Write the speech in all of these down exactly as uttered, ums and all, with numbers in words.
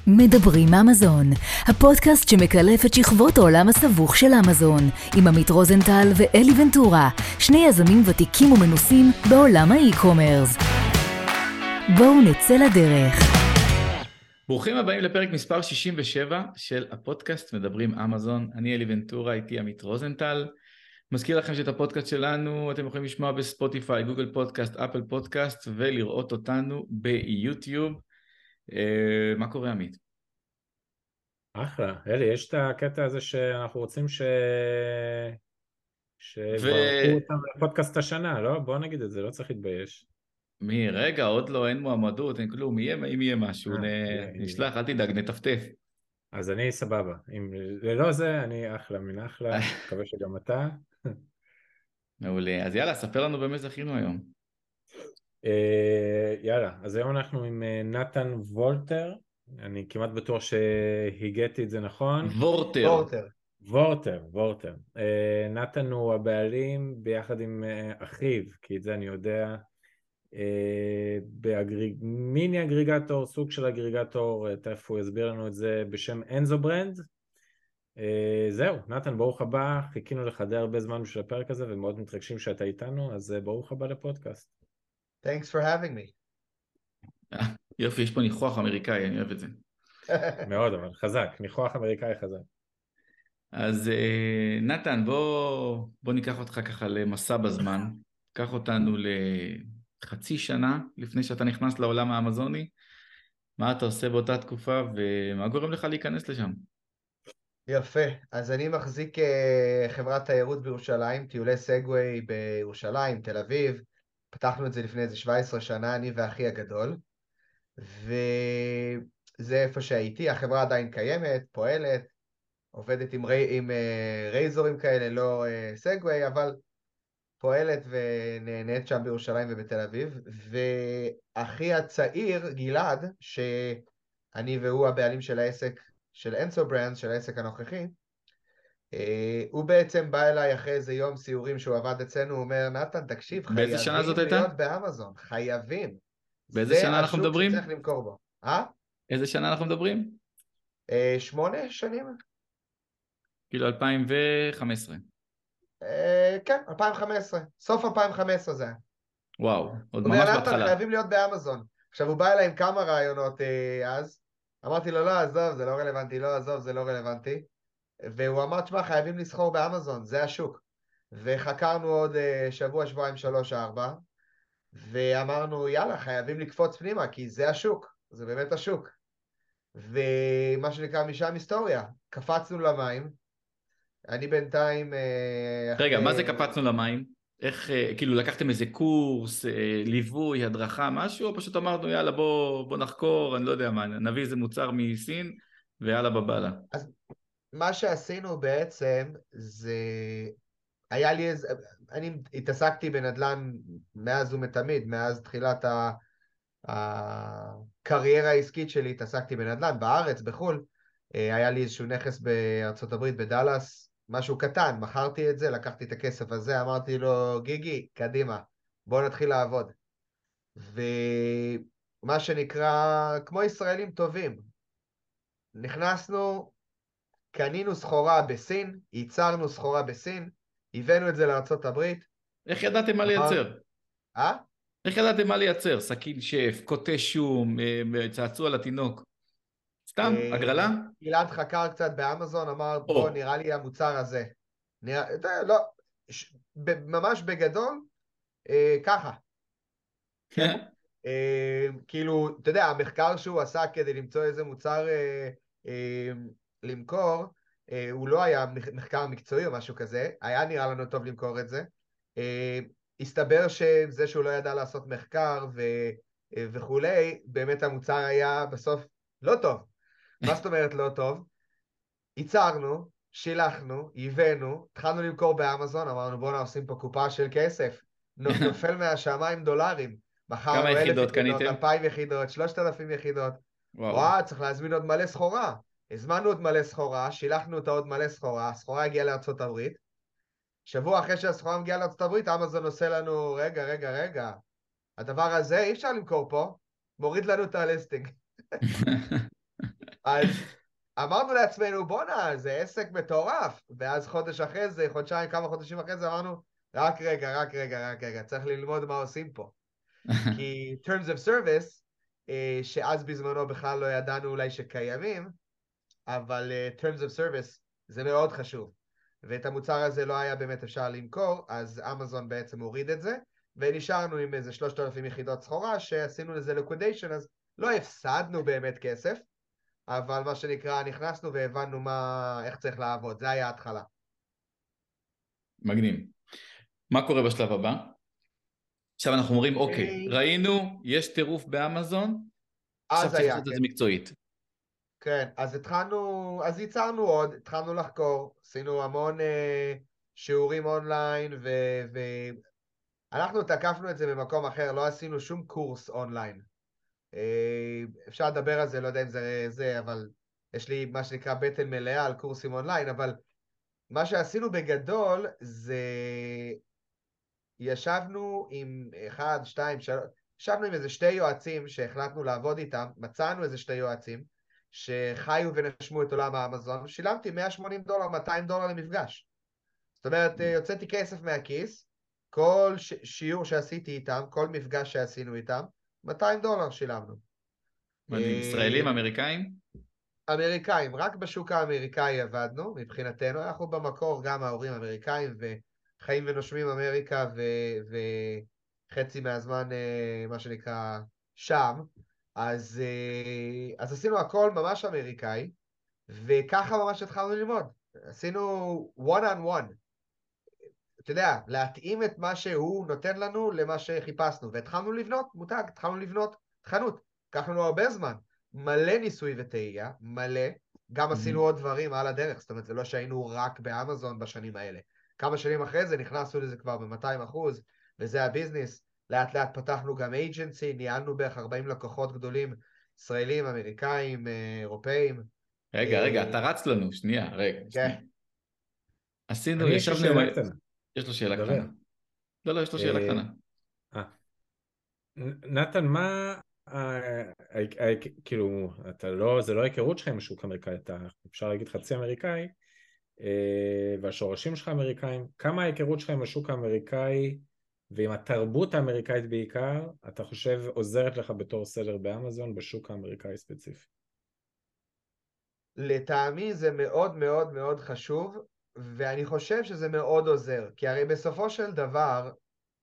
מדברים אמזון, הפודקאסט שמקלף את שכבות העולם הסבוך של אמזון, עם עמית רוזנטל ואלי ונטורה, שני יזמים ותיקים ומנוסים בעולם האי-קומרס. בואו נצא לדרך. ברוכים הבאים לפרק מספר שישים ושבע של הפודקאסט מדברים אמזון. אני אלי ונטורה, איתי עמית רוזנטל. מזכיר לכם שאת הפודקאסט שלנו אתם יכולים לשמוע בספוטיפיי, גוגל פודקאסט, אפל פודקאסט, ולראות אותנו ביוטיוב. מה קורה, עמית? אחלה, אלי, יש את הקטע הזה שאנחנו רוצים ש... שברכו ו... אותם לפודקאסט השנה, לא? בוא נגיד את זה, לא צריך להתבייש. מי, רגע, עוד לא, אין מועמדות, אין כלום, יהיה, אם יהיה משהו, נ... נשלח, אל תדאג, נטפטף. אז אני סבבה, אם ללא זה, אני אחלה מן אחלה, מקווה שגם אתה. מעולה, אז יאללה, ספר לנו במה זכינו היום. יאללה, אז היום אנחנו עם נתן וולטר, אני כמעט בטוח שהגעתי את זה נכון. וורטר. וורטר. וורטר, וורטר. נתן הוא הבעלים ביחד עם אחיו, כי את זה אני יודע, באגריג... מיני אגריגטור, סוג של אגריגטור, תכף הוא יסביר לנו את זה, בשם אנזו ברנד. זהו, נתן, ברוך הבא, חיכינו לך די הרבה זמן בשביל הפרק הזה, ומאוד מתרגשים שאתה איתנו, אז ברוך הבא לפודקאסט. Thanks for having me. יופי, יש פה ניחוח אמריקאי, אני אוהב את זה. מאוד, אבל חזק, ניחוח אמריקאי חזק. אז נתן, בוא, בוא ניקח אותך ככה למסע בזמן, קח אותנו לחצי שנה לפני שאתה נכנס לעולם האמזוני, מה אתה עושה באותה תקופה ומה גורם לך להיכנס לשם? יפה, אז אני מחזיק חברת תיירות בירושלים, טיולי סגווי בירושלים, תל אביב, פתחנו את זה לפני איזה שבע עשרה שנה, אני ואחי הגדול, וזה איפה שהייתי, החברה עדיין קיימת, פועלת, עובדת עם, רי, עם uh, רייזורים כאלה, לא uh, סגווי, אבל פועלת ונהנית שם בירושלים ובתל אביב, ואחי הצעיר, גלעד, שאני והוא הבעלים של העסק של אנסו ברנד, של העסק הנוכחי, uh, הוא בעצם בא אליי אחרי איזה יום סיורים שהוא עבד אצלנו, הוא אומר, נתן, תקשיב, חייבים להיות באמזון, חייבים. באיזה שנה אנחנו מדברים? זה השוק שצריך למכור בו. אה? איזה שנה אנחנו מדברים? Uh, שמונה שנים. כאילו אלפיים וחמש עשרה. כן, אלפיים וחמש עשרה. סוף אלפיים וחמש עשרה זה היה. וואו, עוד ממש בהתחלה. חייבים להיות באמזון. עכשיו הוא בא אליי עם כמה רעיונות אז. אמרתי לו, לא, עזוב, זה לא רלוונטי, לא, עזוב, זה לא רלוונטי. והוא אמר, תשמע, חייבים לסחור באמזון, זה השוק. וחקרנו עוד שבוע, שבועיים, שלוש, ארבע. ואמרנו, יאללה, חייבים לקפוץ פנימה, כי זה השוק. זה באמת השוק. ומה שנקרא משם היסטוריה. קפצנו למים. אני בינתיים... רגע, מה זה קפצנו למים? איך, כאילו, לקחתם איזה קורס, ליווי, הדרכה, משהו, או פשוט אמרנו, יאללה, בוא, בוא נחקור, אני לא יודע מה, נביא איזה מוצר מסין, ויאללה בבאללה. אז מה שעשינו בעצם, זה... היה לי איזה... אני התעסקתי בנדל"ן מאז ומתמיד, מאז תחילת ה... הקריירה העסקית שלי, התעסקתי בנדל"ן, בארץ, בחול. היה לי איזשהו נכס בארצות הברית, בדלס, משהו קטן, מכרתי את זה, לקחתי את הכסף הזה, אמרתי לו, גיגי, קדימה, בוא נתחיל לעבוד. ומה שנקרא, כמו ישראלים טובים, נכנסנו, קנינו סחורה בסין, ייצרנו סחורה בסין, הבאנו את זה לארצות הברית. איך ידעתם מה לייצר? אה? איך ידעתם מה לייצר? סכין שף, קוטי שום, צעצוע לתינוק? סתם, הגרלה? גלעד חקר קצת באמזון, אמר, בוא, נראה לי המוצר הזה. לא, ממש בגדול, ככה. כאילו, אתה יודע, המחקר שהוא עשה כדי למצוא איזה מוצר למכור, הוא לא היה מחקר מקצועי או משהו כזה, היה נראה לנו טוב למכור את זה. הסתבר שזה שהוא לא ידע לעשות מחקר וכולי, באמת המוצר היה בסוף לא טוב. מה זאת אומרת לא טוב? ייצרנו, שילחנו, הבאנו, התחלנו למכור באמזון, אמרנו בואו עושים פה קופה של כסף, נופל מהשמיים דולרים. כמה יחידות קניתם? אלפיים יחידות, שלושת אלפים יחידות. וואו, צריך להזמין עוד מלא סחורה. הזמנו עוד מלא סחורה, שילחנו אותה עוד מלא סחורה, הסחורה הגיעה לארצות הברית. שבוע אחרי שהסחורה מגיעה לארצות הברית, אמזון עושה לנו, רגע, רגע, רגע, הדבר הזה אי אפשר למכור פה, מוריד לנו את הליסטינג. אז אמרנו לעצמנו, בונה, זה עסק מטורף, ואז חודש אחרי זה, חודשיים, כמה חודשים אחרי זה, אמרנו, רק רגע, רק רגע, רק רגע, צריך ללמוד מה עושים פה. כי Terms of Service, שאז בזמנו בכלל לא ידענו אולי שקיימים, אבל Terms of Service זה מאוד חשוב. ואת המוצר הזה לא היה באמת אפשר למכור, אז אמזון בעצם הוריד את זה, ונשארנו עם איזה שלושת אלפים יחידות סחורה, שעשינו לזה liquidation, אז לא הפסדנו באמת כסף, אבל מה שנקרא, נכנסנו והבנו מה, איך צריך לעבוד, זה היה ההתחלה. מגניב. מה קורה בשלב הבא? עכשיו אנחנו אומרים, אוקיי, ראינו, יש טירוף באמזון, עכשיו צריך לעשות את זה מקצועית. כן, אז התחלנו, אז ייצרנו עוד, התחלנו לחקור, עשינו המון אה, שיעורים אונליין, ואנחנו תקפנו את זה במקום אחר, לא עשינו שום קורס אונליין. אה, אפשר לדבר על זה, לא יודע אם זה זה, אבל יש לי מה שנקרא בטן מלאה על קורסים אונליין, אבל מה שעשינו בגדול זה ישבנו עם אחד, שתיים, שלוש, ישבנו עם איזה שתי יועצים שהחלטנו לעבוד איתם, מצאנו איזה שתי יועצים שחיו ונשמו את עולם האמזון, שילמתי מאה ושמונים דולר, מאתיים דולר למפגש. זאת אומרת, יוצאתי כסף מהכיס, כל ש- שיעור שעשיתי איתם, כל מפגש שעשינו איתם, מאתיים דולר שילמנו. מדהים, ישראלים, אמריקאים? אמריקאים, רק בשוק האמריקאי עבדנו, מבחינתנו, אנחנו במקור גם ההורים אמריקאים, וחיים ונושמים אמריקה, ו- וחצי מהזמן, מה שנקרא, שם, אז, אז עשינו הכל ממש אמריקאי, וככה ממש התחלנו ללמוד. עשינו one on one. אתה יודע, להתאים את מה שהוא נותן לנו למה שחיפשנו, והתחלנו לבנות מותג, התחלנו לבנות חנות. לקח לנו הרבה זמן, מלא ניסוי וטעייה, מלא, גם עשינו עוד דברים על הדרך, זאת אומרת, זה לא שהיינו רק באמזון בשנים האלה. כמה שנים אחרי זה נכנסנו לזה כבר ב-מאתיים אחוז, וזה הביזנס. לאט לאט פתחנו גם אייג'נסי, ניהלנו בערך ארבעים לקוחות גדולים, ישראלים, אמריקאים, אירופאים. רגע, רגע, אתה רץ לנו, שנייה, רגע, שנייה. עשינו, אני יש לי ישבנו... שאלה קטנה. יש לו שאלה דבר. קטנה. לא, לא, יש לו שאלה קטנה. אה. נתן, מה... כאילו, אתה לא, זה לא ההיכרות שלך עם השוק האמריקאי, אתה אפשר להגיד חצי אמריקאי, והשורשים שלך אמריקאים, כמה ההיכרות שלך עם השוק האמריקאי ועם התרבות האמריקאית בעיקר, אתה חושב עוזרת לך בתור סלר באמזון בשוק האמריקאי ספציפי? לטעמי זה מאוד מאוד מאוד חשוב, ואני חושב שזה מאוד עוזר, כי הרי בסופו של דבר,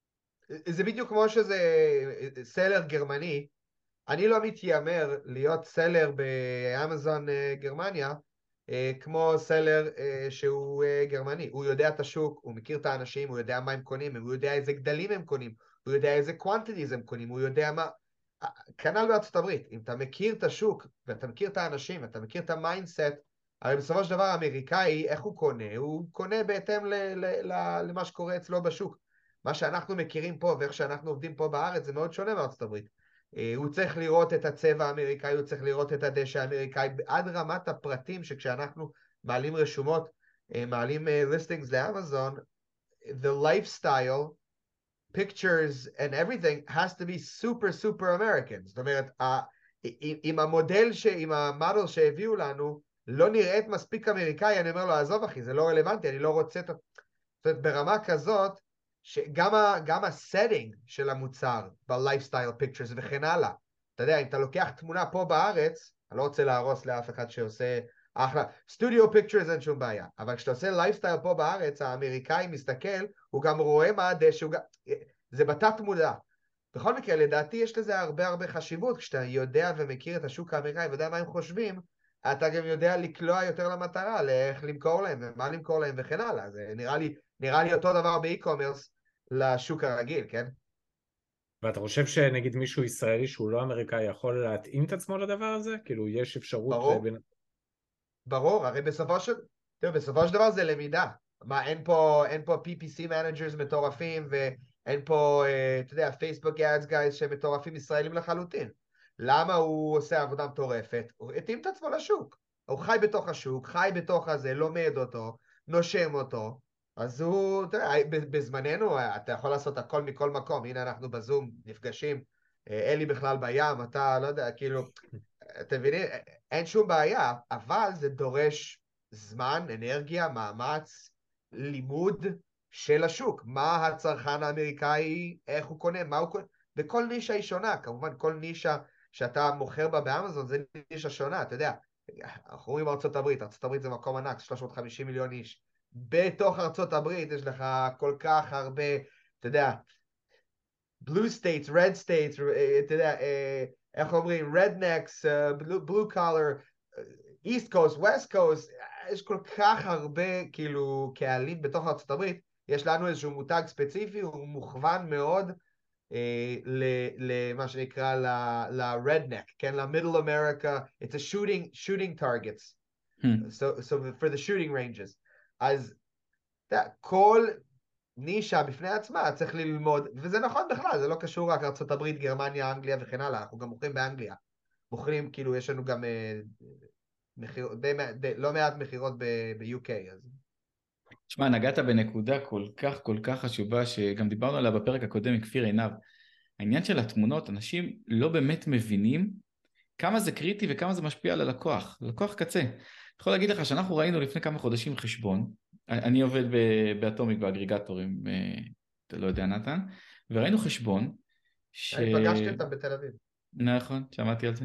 זה בדיוק כמו שזה סלר גרמני, אני לא מתיימר להיות סלר באמזון גרמניה, כמו סלר שהוא גרמני. הוא יודע את השוק, הוא מכיר את האנשים, הוא יודע מה הם קונים, הוא יודע איזה גדלים הם קונים, הוא יודע איזה quantities הם קונים, הוא יודע מה... כנ"ל בארצות הברית, אם אתה מכיר את השוק, ואתה מכיר את האנשים, ואתה מכיר את המיינדסט, הרי בסופו של דבר האמריקאי, איך הוא קונה? הוא קונה בהתאם ל- ל- ל- למה שקורה אצלו בשוק. מה שאנחנו מכירים פה, ואיך שאנחנו עובדים פה בארץ, זה מאוד שונה בארצות הברית. הוא צריך לראות את הצבע האמריקאי, הוא צריך לראות את הדשא האמריקאי, עד רמת הפרטים שכשאנחנו מעלים רשומות, מעלים listings לאמזון, the lifestyle, pictures and everything has to be super super American. זאת אומרת, אם המודל, אם המודל שהביאו לנו לא נראית מספיק אמריקאי, אני אומר לו, עזוב אחי, זה לא רלוונטי, אני לא רוצה את... זאת אומרת, ברמה כזאת, שגם ה, גם הסטינג של המוצר בלייפסטייל פיקצ'רס וכן הלאה. אתה יודע, אם אתה לוקח תמונה פה בארץ, אני לא רוצה להרוס לאף אחד שעושה אחלה, סטודיו פיקצ'רס אין שום בעיה, אבל כשאתה עושה לייפסטייל פה בארץ, האמריקאי מסתכל, הוא גם רואה מה הדשא, גם... זה בתת מודע. בכל מקרה, לדעתי יש לזה הרבה הרבה חשיבות, כשאתה יודע ומכיר את השוק האמריקאי ויודע מה הם חושבים, אתה גם יודע לקלוע יותר למטרה, לאיך למכור להם ומה למכור להם וכן הלאה. זה נראה לי, נראה לי אותו דבר באי-קומרס לשוק הרגיל, כן? ואתה חושב שנגיד מישהו ישראלי שהוא לא אמריקאי יכול להתאים את עצמו לדבר הזה? כאילו יש אפשרות... ברור, לבין... ברור, הרי בסופו של, תראו, בסופו של דבר זה למידה. מה, אין פה, אין פה פי פי סי מנג'רס מטורפים, ואין פה, אתה יודע, פייסבוק אדס גייז שמטורפים ישראלים לחלוטין. למה הוא עושה עבודה מטורפת? הוא התאים את עצמו לשוק. הוא חי בתוך השוק, חי בתוך הזה, לומד אותו, נושם אותו, אז הוא, אתה יודע, בזמננו אתה יכול לעשות הכל מכל מקום. הנה אנחנו בזום, נפגשים, אלי בכלל בים, אתה לא יודע, כאילו, אתם מבינים, אין שום בעיה, אבל זה דורש זמן, אנרגיה, מאמץ, לימוד של השוק. מה הצרכן האמריקאי, איך הוא קונה, מה הוא קונה, וכל נישה היא שונה, כמובן כל נישה שאתה מוכר בה באמזון זה נישה שונה, אתה יודע, אנחנו רואים ארצות הברית, ארצות הברית זה מקום ענק, שלוש מאות וחמישים מיליון איש, בתוך ארצות הברית יש לך כל כך הרבה, אתה יודע, blue states, red states, אתה יודע, איך אומרים, rednecks, blue, blue collar, east coast, west coast, יש כל כך הרבה כאילו קהלים בתוך ארצות הברית, יש לנו איזשהו מותג ספציפי, הוא מוכוון מאוד למה שנקרא ל-redneck, כן, ל-middle America, it's a shooting, shooting targets, so, so for the shooting ranges, אז כל נישה בפני עצמה צריך ללמוד, וזה נכון בכלל, זה לא קשור רק ארצות הברית, גרמניה, אנגליה וכן הלאה, אנחנו גם מוכרים באנגליה, מוכרים, כאילו יש לנו גם מחיר, לא מעט מחירות ב-יו קיי, אז... תשמע, נגעת בנקודה כל כך כל כך חשובה, שגם דיברנו עליה בפרק הקודם עם כפיר עינב, העניין של התמונות, אנשים לא באמת מבינים כמה זה קריטי וכמה זה משפיע על הלקוח, לקוח קצה. אני יכול להגיד לך שאנחנו ראינו לפני כמה חודשים חשבון, אני עובד באטומיק באגריגטורים, אתה לא יודע נתן, וראינו חשבון ש... אני פגשתי אותם בתל אביב. נכון, שמעתי על זה.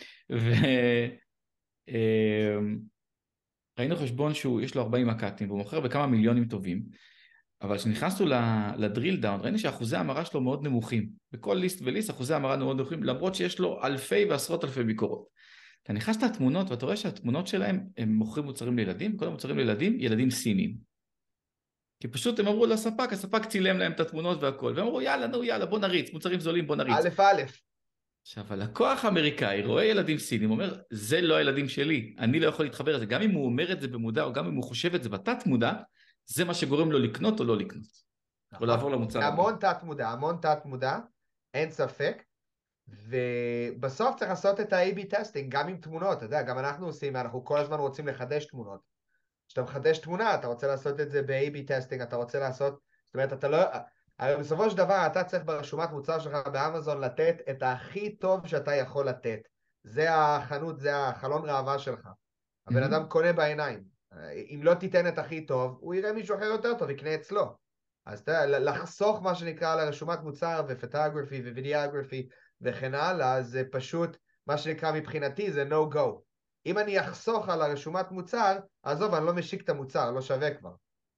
וראינו חשבון שיש לו ארבעים מקטים, והוא מוכר בכמה מיליונים טובים, אבל כשנכנסנו לדריל דאון, ראינו שאחוזי המרה שלו מאוד נמוכים. בכל ליסט וליסט אחוזי המרה מאוד נמוכים, למרות שיש לו אלפי ועשרות אלפי ביקורות. אתה נכנס לתמונות, ואתה רואה שהתמונות שלהם, הם מוכרים מוצרים לילדים, כל המוצרים לילדים, ילדים סינים. כי פשוט הם אמרו לספק, הספק צילם להם את התמונות והכל, והם אמרו, יאללה, נו, יאללה, בוא נריץ, מוצרים זולים, בוא נריץ. א' א'. עכשיו, הלקוח האמריקאי רואה ילדים סינים, אומר, זה לא הילדים שלי, אני לא יכול להתחבר לזה, גם אם הוא אומר את זה במודע, או גם אם הוא חושב את זה בתת מודע, זה מה שגורם לו לקנות או לא לקנות. או לעבור למוצר הבא. המון תת מודע, המון תת מודע, אין ספק, ובסוף צריך לעשות את ה-איי בי טסטינג, גם עם תמונות, אתה יודע, גם אנחנו עושים, אנחנו כל הזמן רוצים לחדש תמונות. כשאתה מחדש תמונה, אתה רוצה לעשות את זה ב-איי בי טסטינג, אתה רוצה לעשות, זאת אומרת, אתה לא, אבל בסופו של דבר, אתה צריך ברשומת מוצר שלך באמזון לתת את הכי טוב שאתה יכול לתת. זה החנות, זה החלון ראווה שלך. הבן אדם קונה בעיניים. אם לא תיתן את הכי טוב, הוא יראה מישהו אחר יותר טוב, יקנה אצלו. אז אתה יודע, לחסוך מה שנקרא על הרשומת מוצר ופוטוגרפי ווידאוגרפי וכן הלאה, זה פשוט, מה שנקרא מבחינתי זה no go. אם אני אחסוך על הרשומת מוצר, עזוב, אני לא משיק את המוצר, לא שווה כבר.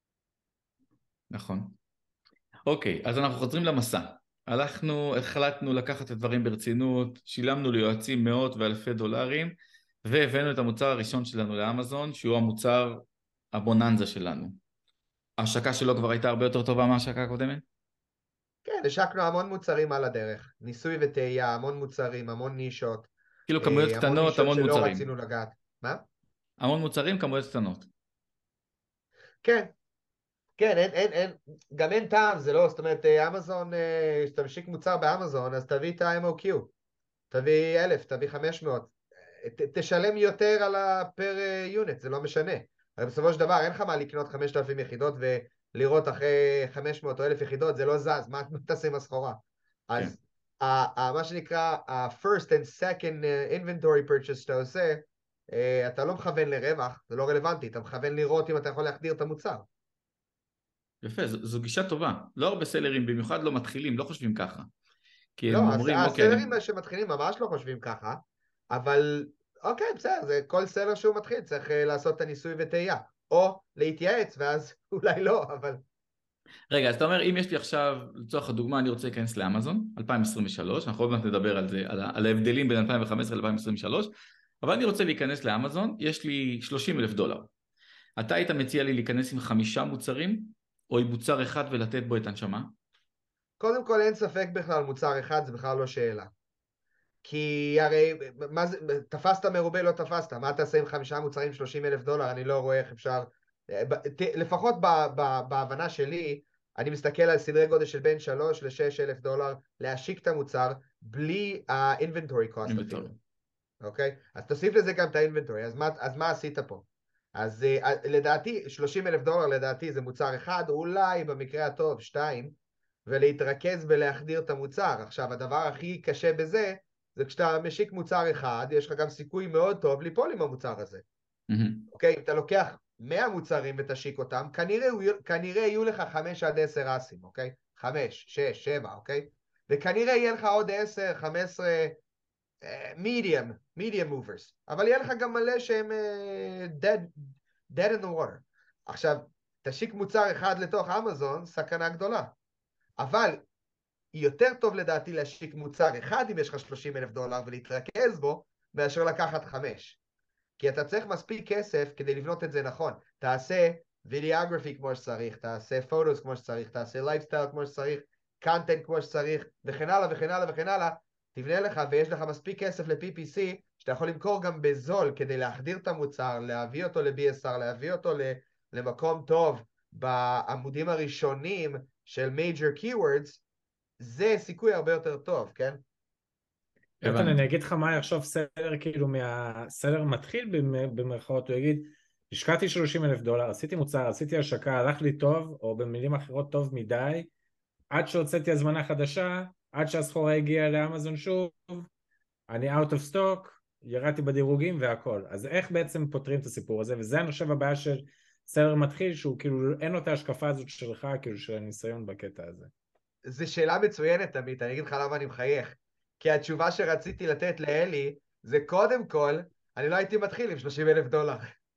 נכון. אוקיי, אז אנחנו חוזרים למסע. הלכנו, החלטנו לקחת את הדברים ברצינות, שילמנו ליועצים מאות ואלפי דולרים, והבאנו את המוצר הראשון שלנו לאמזון, שהוא המוצר הבוננזה שלנו. ההשקה שלו כבר הייתה הרבה יותר טובה מההשקה הקודמת? כן, השקנו המון מוצרים על הדרך. ניסוי וטעייה, המון מוצרים, המון נישות. כאילו כמויות המון קטנות, נישות המון שלא מוצרים. רצינו לגעת. מה? המון מוצרים, כמויות קטנות. כן. כן, אין, אין, אין, גם אין טעם, זה לא, זאת אומרת, אמזון, כשאתה משיק מוצר באמזון, אז תביא את ה-אם או קיו. תביא אלף, תביא חמש מאות. ת, תשלם יותר על הפר יוניט, זה לא משנה. אבל בסופו של דבר, אין לך מה לקנות חמשת אלפים יחידות ולראות אחרי חמש מאות או אלף יחידות, זה לא זז, מה תעשה עם הסחורה? אז ה, ה, מה שנקרא, ה-first and second inventory purchase שאתה עושה, אתה לא מכוון לרווח, זה לא רלוונטי, אתה מכוון לראות אם אתה יכול להחדיר את המוצר. יפה, זו, זו גישה טובה. לא הרבה סלרים, במיוחד לא מתחילים, לא חושבים ככה. כי לא, הם אומרים, אוקיי... הסלרים אני... שמתחילים ממש לא חושבים ככה, אבל אוקיי, בסדר, זה כל סלר שהוא מתחיל, צריך לעשות את הניסוי וטעייה, או להתייעץ, ואז אולי לא, אבל... רגע, אז אתה אומר, אם יש לי עכשיו, לצורך הדוגמה, אני רוצה להיכנס לאמזון, אלפיים עשרים ושלוש, אנחנו עוד מעט נדבר על זה, על, על ההבדלים בין אלפיים וחמש עשרה ל-אלפיים עשרים ושלוש, אבל אני רוצה להיכנס לאמזון, יש לי שלושים אלף דולר. אתה היית מציע לי להיכנס עם חמישה מוצרים, או עם מוצר אחד ולתת בו את הנשמה? קודם כל אין ספק בכלל, מוצר אחד זה בכלל לא שאלה. כי הרי, מה זה, תפסת מרובה לא תפסת, מה תעשה עם חמישה מוצרים שלושים אלף דולר, אני לא רואה איך אפשר, לפחות בהבנה שלי, אני מסתכל על סדרי גודל של בין שלוש לשש אלף דולר, להשיק את המוצר, בלי ה-inventory cost אפילו. אוקיי? אז תוסיף לזה גם את ה-inventory, אז מה, אז מה עשית פה? אז לדעתי, שלושים אלף דולר לדעתי זה מוצר אחד, אולי במקרה הטוב, שתיים, ולהתרכז ולהחדיר את המוצר. עכשיו, הדבר הכי קשה בזה, זה כשאתה משיק מוצר אחד, יש לך גם סיכוי מאוד טוב ליפול עם המוצר הזה. Mm-hmm. אוקיי? אם אתה לוקח מאה מוצרים ותשיק אותם, כנראה, כנראה יהיו לך חמש עד עשר אסים, אוקיי? חמש, שש, שבע, אוקיי? וכנראה יהיה לך עוד עשר, חמש עשרה, medium, medium movers. אבל יהיה לך גם מלא שהם uh, dead, dead in the water. עכשיו, תשיק מוצר אחד לתוך אמזון, סכנה גדולה. אבל יותר טוב לדעתי להשיק מוצר אחד אם יש לך שלושים אלף דולר ולהתרכז בו, מאשר לקחת חמש. כי אתה צריך מספיק כסף כדי לבנות את זה נכון. תעשה וידאוגרפי כמו שצריך, תעשה פוטוס כמו שצריך, תעשה לייפסטייל כמו שצריך, קונטנט כמו שצריך, וכן הלאה וכן הלאה וכן הלאה, תבנה לך ויש לך מספיק כסף ל-פי פי סי, שאתה יכול למכור גם בזול כדי להחדיר את המוצר, להביא אותו ל-בי אס אר, להביא אותו למקום טוב בעמודים הראשונים של major keywords, זה סיכוי הרבה יותר טוב, כן? נתן, אני אגיד לך מה יחשוב סלר, כאילו מהסלר מתחיל במרכאות, הוא יגיד, השקעתי שלושים אלף דולר, עשיתי מוצר, עשיתי השקה, הלך לי טוב, או במילים אחרות טוב מדי, עד שהוצאתי הזמנה חדשה, עד שהסחורה הגיעה לאמזון שוב, אני out of stock, ירדתי בדירוגים והכל. אז איך בעצם פותרים את הסיפור הזה? וזה אני חושב הבעיה של סלר מתחיל, שהוא כאילו אין לו את ההשקפה הזאת שלך, כאילו של הניסיון בקטע הזה. זו שאלה מצוינת, עמית, אני אגיד לך למה אני מחייך. כי התשובה שרציתי לתת לאלי, זה קודם כל, אני לא הייתי מתחיל עם שלושים אלף דולר.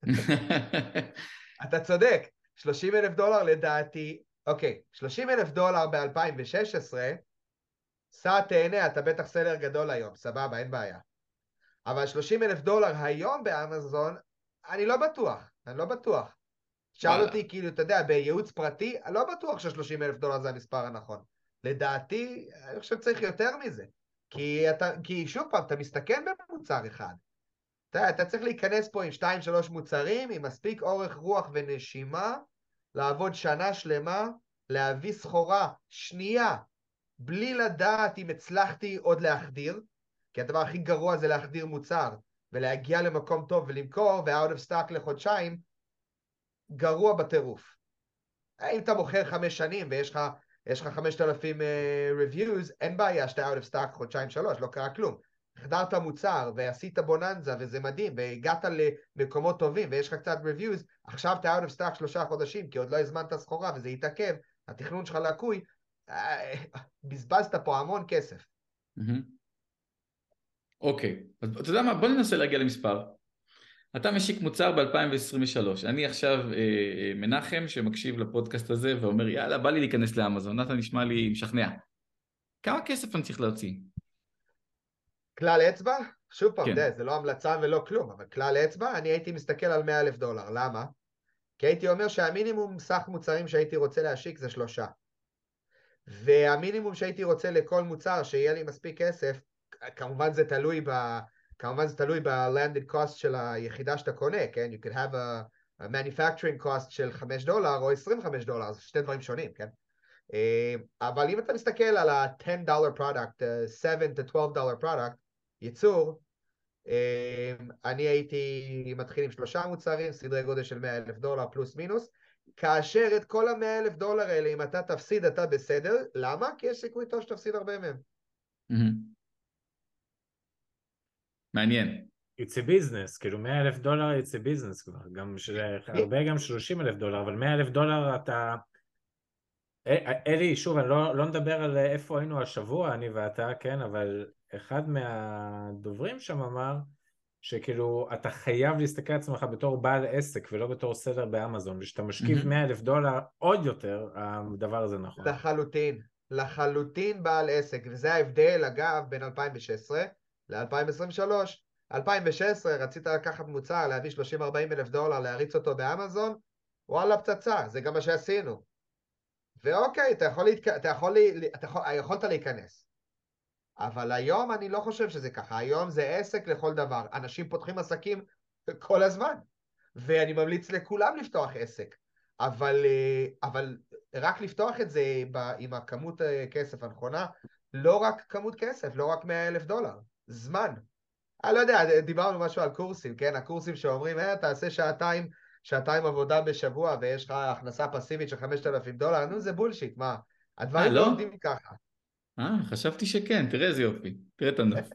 אתה צודק, שלושים אלף דולר לדעתי, אוקיי, שלושים אלף דולר ב-אלפיים ושש עשרה, סע תהנה, אתה בטח סלר גדול היום, סבבה, אין בעיה. אבל שלושים אלף דולר היום באמזון, אני לא בטוח, אני לא בטוח. שאל אותי, כאילו, אתה יודע, בייעוץ פרטי, אני לא בטוח ש-שלושים אלף דולר זה המספר הנכון. לדעתי, אני חושב שצריך יותר מזה. כי, אתה, כי שוב פעם, אתה מסתכן במוצר אחד. אתה, אתה צריך להיכנס פה עם שתיים, שלוש מוצרים, עם מספיק אורך רוח ונשימה, לעבוד שנה שלמה, להביא סחורה שנייה, בלי לדעת אם הצלחתי עוד להחדיר, כי הדבר הכי גרוע זה להחדיר מוצר, ולהגיע למקום טוב ולמכור, ו-out of stock לחודשיים, גרוע בטירוף. אם אתה מוכר חמש שנים, ויש לך, יש לך חמשת אלפים uh, reviews, אין בעיה שאתה out of stock חודשיים שלוש, לא קרה כלום. החדרת מוצר, ועשית בוננזה, וזה מדהים, והגעת למקומות טובים, ויש לך קצת reviews, עכשיו אתה out of stock שלושה חודשים, כי עוד לא הזמנת סחורה, וזה יתעכב, התכנון שלך לקוי, בזבזת פה המון כסף. אוקיי, אז אתה יודע מה, בוא ננסה להגיע למספר. אתה משיק מוצר ב-אלפיים עשרים ושלוש, אני עכשיו אה, מנחם שמקשיב לפודקאסט הזה ואומר יאללה בא לי להיכנס לאמזון, נתן נשמע לי משכנע. כמה כסף אני צריך להוציא? כלל אצבע? שוב פעם, כן. דה, זה לא המלצה ולא כלום, אבל כלל אצבע אני הייתי מסתכל על מאה אלף דולר, למה? כי הייתי אומר שהמינימום סך מוצרים שהייתי רוצה להשיק זה שלושה. והמינימום שהייתי רוצה לכל מוצר שיהיה לי מספיק כסף, כמובן זה תלוי ב... כמובן זה תלוי ב-landed cost של היחידה שאתה קונה, כן? You could have a, a manufacturing cost של חמישה דולר או עשרים וחמישה דולר, זה שני דברים שונים, כן? אבל אם אתה מסתכל על ה-ten dollar product, seven to twelve dollar product, ייצור, אני הייתי מתחיל עם שלושה מוצרים, סדרי גודל של מאה אלף דולר פלוס מינוס, כאשר את כל ה-מאה אלף דולר האלה, אם אתה תפסיד, אתה בסדר. למה? כי יש סיכוי טוב שתפסיד הרבה מהם. מעניין. It's a business, כאילו מאה אלף דולר it's a business כבר, גם הרבה גם שלושים אלף דולר, אבל מאה אלף דולר אתה... אלי, שוב, אני לא, לא נדבר על איפה היינו השבוע, אני ואתה, כן, אבל אחד מהדוברים שם אמר, שכאילו אתה חייב להסתכל על עצמך בתור בעל עסק ולא בתור סלר באמזון, ושאתה משקיף מאה אלף דולר עוד יותר, הדבר הזה נכון. לחלוטין, לחלוטין בעל עסק, וזה ההבדל אגב בין אלפיים ושש עשרה ל-אלפיים עשרים ושלוש. אלפיים ושש עשרה רצית לקחת מוצר, להביא שלושים ארבעים אלף דולר, להריץ אותו באמזון, וואלה פצצה, זה גם מה שעשינו. ואוקיי, אתה יכול, להתק... אתה יכול, אתה יכול... יכולת להיכנס. אבל היום אני לא חושב שזה ככה, היום זה עסק לכל דבר, אנשים פותחים עסקים כל הזמן, ואני ממליץ לכולם לפתוח עסק, אבל, אבל רק לפתוח את זה עם הכמות כסף הנכונה, לא רק כמות כסף, לא רק מאה אלף דולר, זמן. אני לא יודע, דיברנו משהו על קורסים, כן? הקורסים שאומרים, אה, תעשה שעתיים, שעתיים עבודה בשבוע, ויש לך הכנסה פסיבית של חמשת אלפים דולר, נו זה בולשיט, מה? הדברים לא עובדים ככה. אה, חשבתי שכן, תראה איזה יופי, תראה את הנוף.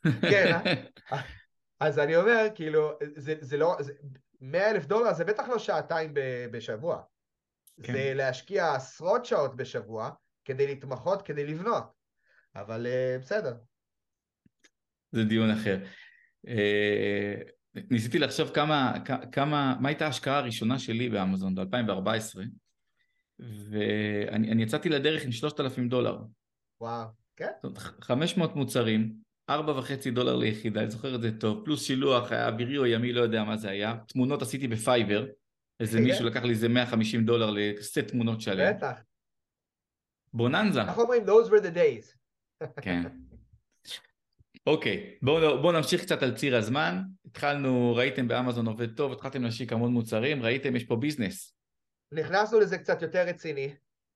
כן, אה? אז אני אומר, כאילו, זה, זה לא, זה, מאה אלף דולר זה בטח לא שעתיים ב- בשבוע. כן. זה להשקיע עשרות שעות בשבוע, כדי להתמחות, כדי לבנות. אבל uh, בסדר. זה דיון אחר. אה, ניסיתי לחשוב כמה, כמה, מה הייתה ההשקעה הראשונה שלי באמזון ב-אלפיים וארבע עשרה, ואני אני יצאתי לדרך עם שלושת אלפים דולר. וואו, כן? זאת אומרת, חמש מאות מוצרים, ארבע וחצי דולר ליחידה, אני זוכר את זה טוב, פלוס שילוח, היה אווירי או ימי, לא יודע מה זה היה. תמונות עשיתי בפייבר, איזה מישהו לקח לי איזה מאה וחמישים דולר לסט תמונות שלם. בטח. בוננזה. איך אומרים? Those were the days. כן. אוקיי, בואו בוא נמשיך קצת על ציר הזמן. התחלנו, ראיתם באמזון עובד טוב, התחלתם להשיק המון מוצרים, ראיתם יש פה ביזנס. נכנסנו לזה קצת יותר רציני,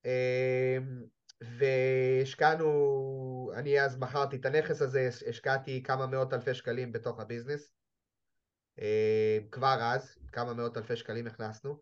והשקענו, אני אז מכרתי את הנכס הזה, השקעתי כמה מאות אלפי שקלים בתוך הביזנס, כבר אז, כמה מאות אלפי שקלים הכנסנו,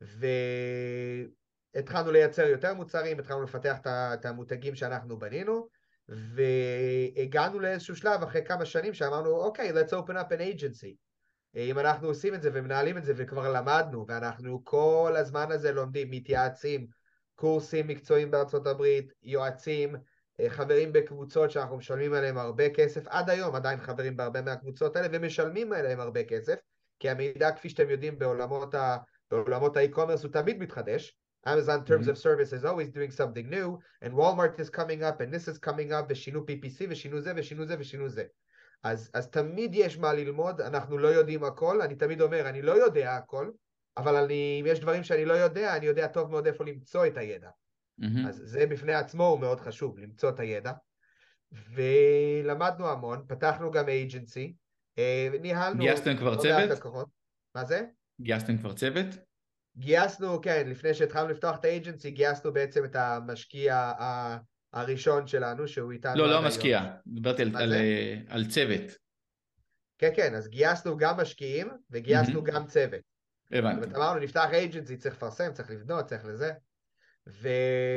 והתחלנו לייצר יותר מוצרים, התחלנו לפתח את המותגים שאנחנו בנינו, והגענו לאיזשהו שלב אחרי כמה שנים שאמרנו, אוקיי, let's open up an agency. אם אנחנו עושים את זה ומנהלים את זה וכבר למדנו, ואנחנו כל הזמן הזה לומדים, מתייעצים, קורסים מקצועיים בארצות הברית, יועצים, חברים בקבוצות שאנחנו משלמים עליהם הרבה כסף, עד היום עדיין חברים בהרבה מהקבוצות האלה, ומשלמים עליהם הרבה כסף, כי המידע, כפי שאתם יודעים, בעולמות ה- בעולמות האי-קומרס הוא תמיד מתחדש. Amazon Terms of Service is always doing something new, and Walmart is coming up, and this is coming up, ושינו פי פי סי, ושינו זה, ושינו זה, ושינו זה. אז, אז תמיד יש מה ללמוד, אנחנו לא יודעים הכל, אני תמיד אומר, אני לא יודע הכל, אבל אני, אם יש דברים שאני לא יודע, אני יודע טוב מאוד איפה למצוא את הידע. Mm-hmm. אז זה בפני עצמו הוא מאוד חשוב, למצוא את הידע. ולמדנו המון, פתחנו גם אייג'נסי, ניהלנו... גייסתם כבר לא צוות? לקוחות. מה זה? גייסתם כבר צוות? גייסנו, כן, לפני שהתחלנו לפתוח את האייג'נסי, גייסנו בעצם את המשקיע ה... הראשון שלנו, שהוא איתנו לא, עד לא היום. המשקיע, דיברתי על, על, על צוות. כן, כן, אז גייסנו גם משקיעים, וגייסנו Mm-hmm. גם צוות. הבנתי. זאת אומרת, אמרנו, נפתח אייג'נסי, צריך לפרסם, צריך לבנות, צריך לזה. ו...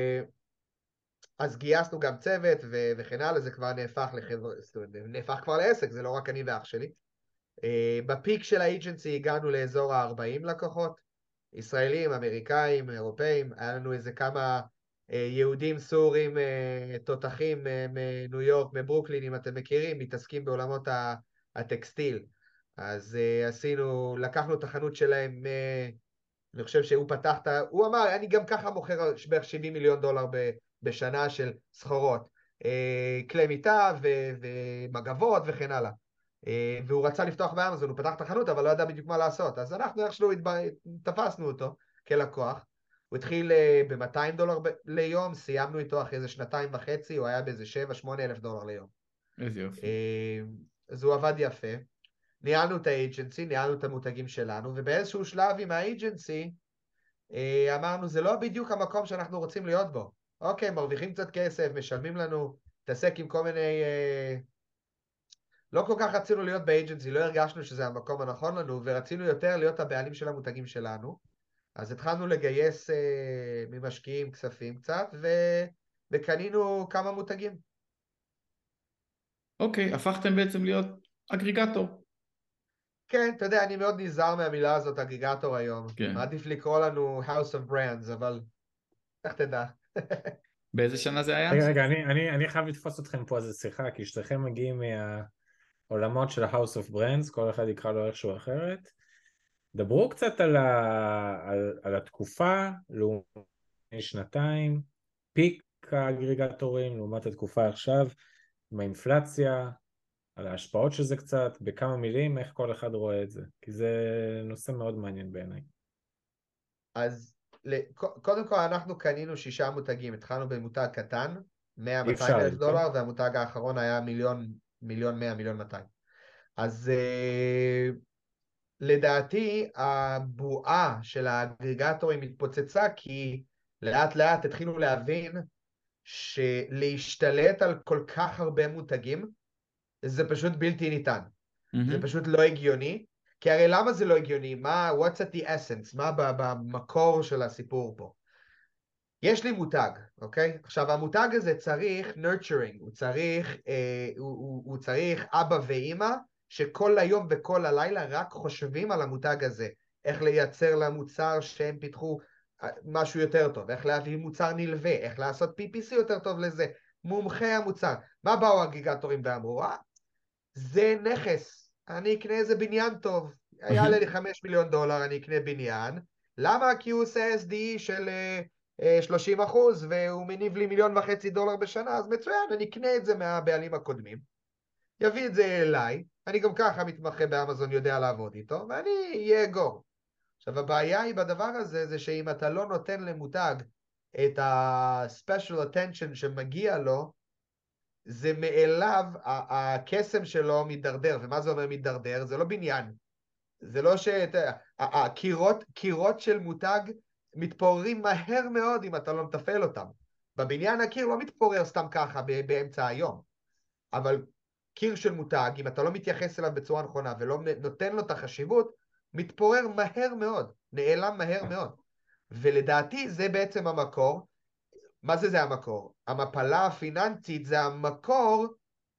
אז גייסנו גם צוות, ו... וכן הלאה, זה כבר נהפך לחבר... נהפך כבר לעסק, זה לא רק אני ואח שלי. בפיק של האייג'נסי הגענו לאזור ה-ארבעים לקוחות, ישראלים, אמריקאים, אירופאים, היה לנו איזה כמה יהודים סורים, תותחים מניו יורק, מברוקלין, אם אתם מכירים, מתעסקים בעולמות הטקסטיל. אז עשינו, לקחנו את החנות שלהם, אני חושב שהוא פתח את ה... הוא אמר, אני גם ככה מוכר בערך שבעים מיליון דולר בשנה של סחורות, כלי מיטה ומגבות וכן הלאה. והוא רצה לפתוח באמזון, הוא פתח את החנות, אבל לא ידע בדיוק מה לעשות. אז אנחנו איכשהו תפסנו אותו כלקוח. הוא התחיל ב-מאתיים דולר ליום, סיימנו איתו אחרי איזה שנתיים וחצי, הוא היה באיזה שבע שמונה אלף דולר ליום. איזה יופי. אז הוא עבד יפה. ניהלנו את האייג'נסי, ניהלנו את המותגים שלנו, ובאיזשהו שלב עם האייג'נסי, אמרנו, זה לא בדיוק המקום שאנחנו רוצים להיות בו. אוקיי, מרוויחים קצת כסף, משלמים לנו, תעסק עם כל מיני... לא כל כך רצינו להיות באייג'נסי, לא הרגשנו שזה המקום הנכון לנו, ורצינו יותר להיות הבעלים של המותגים שלנו. אז התחלנו לגייס אה, ממשקיעים כספים קצת, ו... וקנינו כמה מותגים. אוקיי, הפכתם בעצם להיות אגריגטור. כן, אתה יודע, אני מאוד נזהר מהמילה הזאת, אגריגטור היום. כן. מעדיף לקרוא לנו House of Brands, אבל איך תדע? באיזה שנה זה היה? רגע, רגע, אני, אני, אני חייב לתפוס אתכם פה איזה שיחה, כי שתיכם מגיעים מהעולמות של ה-House of Brands, כל אחד יקרא לו איכשהו אחרת. דברו קצת על, ה, על, על התקופה, לעומת שנתיים, פיק האגריגטורים, לעומת התקופה עכשיו, עם האינפלציה, על ההשפעות של זה קצת, בכמה מילים, איך כל אחד רואה את זה, כי זה נושא מאוד מעניין בעיניי. אז קודם כל אנחנו קנינו שישה מותגים, התחלנו במותג קטן, מאה מאתיים אלף דולר, והמותג האחרון היה מיליון, מיליון מאה, מיליון מאתיים. אז uh, לדעתי הבועה של האגריגטורים התפוצצה, כי לאט לאט התחילו להבין שלהשתלט על כל כך הרבה מותגים, זה פשוט בלתי ניתן. Mm-hmm. זה פשוט לא הגיוני. כי הרי למה זה לא הגיוני? מה, what's at the essence? מה במקור של הסיפור פה? יש לי מותג, אוקיי? עכשיו, המותג הזה צריך nurturing, הוא צריך, אה, הוא, הוא, הוא צריך אבא ואמא, שכל היום וכל הלילה רק חושבים על המותג הזה, איך לייצר למוצר שהם פיתחו משהו יותר טוב, איך להביא מוצר נלווה, איך לעשות פי פי סי יותר טוב לזה, מומחי המוצר. מה באו האגריגטורים ואמרו? אה, זה נכס, אני אקנה איזה בניין טוב, יעלה לי חמישה מיליון דולר, אני אקנה בניין. למה? כי הוא עושה אס די אי של שלושים אחוז, והוא מניב לי מיליון וחצי דולר בשנה, אז מצוין, אני אקנה את זה מהבעלים הקודמים, יביא את זה אליי, אני גם ככה מתמחה באמזון, יודע לעבוד איתו, ואני אהיה גור. עכשיו, הבעיה היא בדבר הזה, זה שאם אתה לא נותן למותג את ה-special attention שמגיע לו, זה מאליו, הקסם שלו מתדרדר. ומה זה אומר מתדרדר? זה לא בניין. זה לא ש... הקירות, קירות של מותג מתפוררים מהר מאוד אם אתה לא מטפל אותם. בבניין הקיר לא מתפורר סתם ככה באמצע היום. אבל קיר של מותג, אם אתה לא מתייחס אליו בצורה נכונה ולא נותן לו את החשיבות, מתפורר מהר מאוד, נעלם מהר מאוד. ולדעתי זה בעצם המקור. מה זה זה המקור? המפלה הפיננסית זה המקור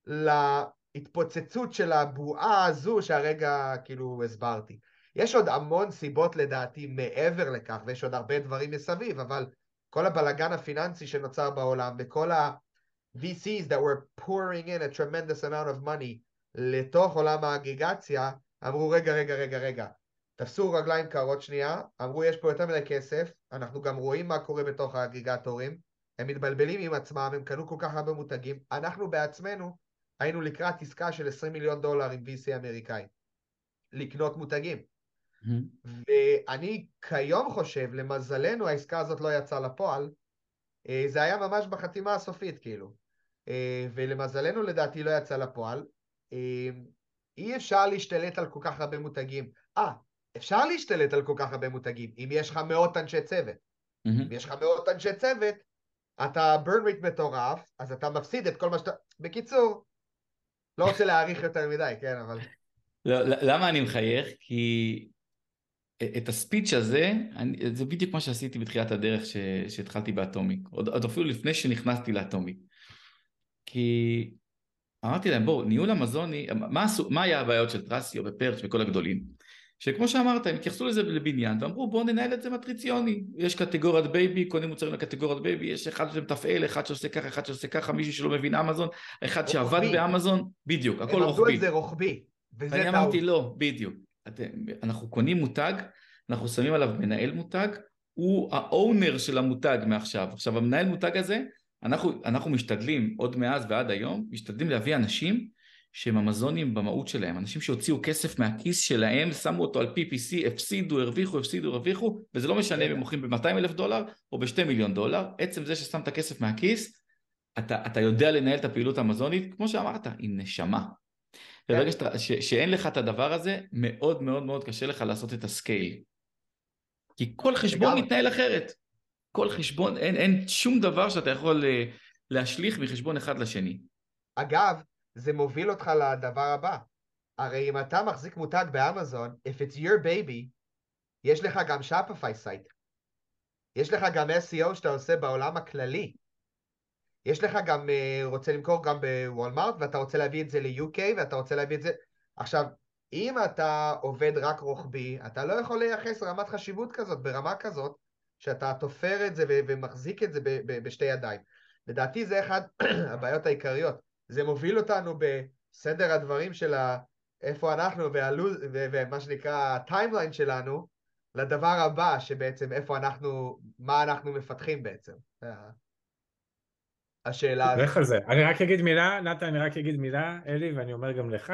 להתפוצצות של הבועה הזו שהרגע כאילו הסברתי. יש עוד המון סיבות לדעתי מעבר לכך, ויש עוד הרבה דברים מסביב, אבל כל הבלגן הפיננסי שנוצר בעולם, וכל ה-וי סי'ס that were pouring in a tremendous amount of money לתוך עולם האגריגציה, אמרו רגע, רגע, רגע, רגע, תפסו רגליים קרות שנייה, אמרו יש פה יותר מדי כסף, אנחנו גם רואים מה קורה בתוך האגריגטורים, הם מתבלבלים עם עצמם, הם קנו כל כך הרבה מותגים, אנחנו בעצמנו היינו לקראת עסקה של עשרים מיליון דולר עם וי סי אמריקאי, לקנות מותגים. Mm-hmm. ואני כיום חושב, למזלנו העסקה הזאת לא יצאה לפועל, זה היה ממש בחתימה הסופית כאילו, ולמזלנו לדעתי לא יצא לפועל, אי אפשר להשתלט על כל כך הרבה מותגים. אה, אפשר להשתלט על כל כך הרבה מותגים, אם יש לך מאות אנשי צוות. Mm-hmm. אם יש לך מאות אנשי צוות, אתה burn rate מטורף, אז אתה מפסיד את כל מה שאתה... בקיצור, לא רוצה להעריך יותר מדי, כן, אבל... לא, למה אני מחייך? כי את הספיץ' הזה, אני, זה בדיוק מה שעשיתי בתחילת הדרך ש, שהתחלתי באטומיק, עוד, עוד אפילו לפני שנכנסתי לאטומיק. כי אמרתי להם, בואו, ניהול אמזוני, מה, מה היה הבעיות של טרסיו ופרץ' וכל הגדולים? שכמו שאמרת, הם התייחסו לזה לבניין, ואמרו בואו ננהל את זה מטריציוני, יש קטגוריית בייבי, קונים מוצרים לקטגוריית בייבי, יש אחד שמתפעל, אחד שעושה ככה, אחד שעושה ככה, מישהו שלא מבין אמזון, אחד שעבד באמזון, בדיוק, הכל רוחבי. הם עבדו את זה רוחבי, וזה טעות. אני אמרתי לא, בדיוק, אנחנו קונים מותג, אנחנו שמים עליו מנהל מותג, הוא האונר של המותג מעכשיו. עכשיו המנהל מותג הזה, אנחנו, אנחנו משתדלים עוד מאז ועד היום, משתדלים להביא אנשים שהם אמזונים במהות שלהם, אנשים שהוציאו כסף מהכיס שלהם, שמו אותו על פי פי סי, הפסידו, הרוויחו, הפסידו, הרוויחו, וזה לא משנה אם הם מוכרים ב-מאתיים אלף דולר או ב-שני מיליון דולר, עצם זה ששמת כסף מהכיס, אתה, אתה יודע לנהל את הפעילות האמזונית, כמו שאמרת, עם נשמה. וברגע שאתה, ש, שאין לך את הדבר הזה, מאוד מאוד מאוד קשה לך לעשות את הסקייל. כי כל חשבון מתנהל אחרת. כל חשבון, אין, אין שום דבר שאתה יכול להשליך מחשבון אחד לשני. אגב, זה מוביל אותך לדבר הבא. הרי אם אתה מחזיק מותג באמזון, if it's your baby, יש לך גם Shopify site. יש לך גם אס אי או שאתה עושה בעולם הכללי. יש לך גם, רוצה למכור גם בוולמארט, ואתה רוצה להביא את זה ל-יו קיי, ואתה רוצה להביא את זה... עכשיו, אם אתה עובד רק רוחבי, אתה לא יכול לייחס רמת חשיבות כזאת, ברמה כזאת, שאתה תופר את זה ומחזיק את זה בשתי ידיים. לדעתי זה אחד הבעיות העיקריות. זה מוביל אותנו בסדר הדברים של איפה אנחנו, ומה שנקרא הטיימליין שלנו, לדבר הבא, שבעצם איפה אנחנו, מה אנחנו מפתחים בעצם. השאלה הזאת. לך על זה. אני רק אגיד מילה, נתן, אני רק אגיד מילה, אלי, ואני אומר גם לך,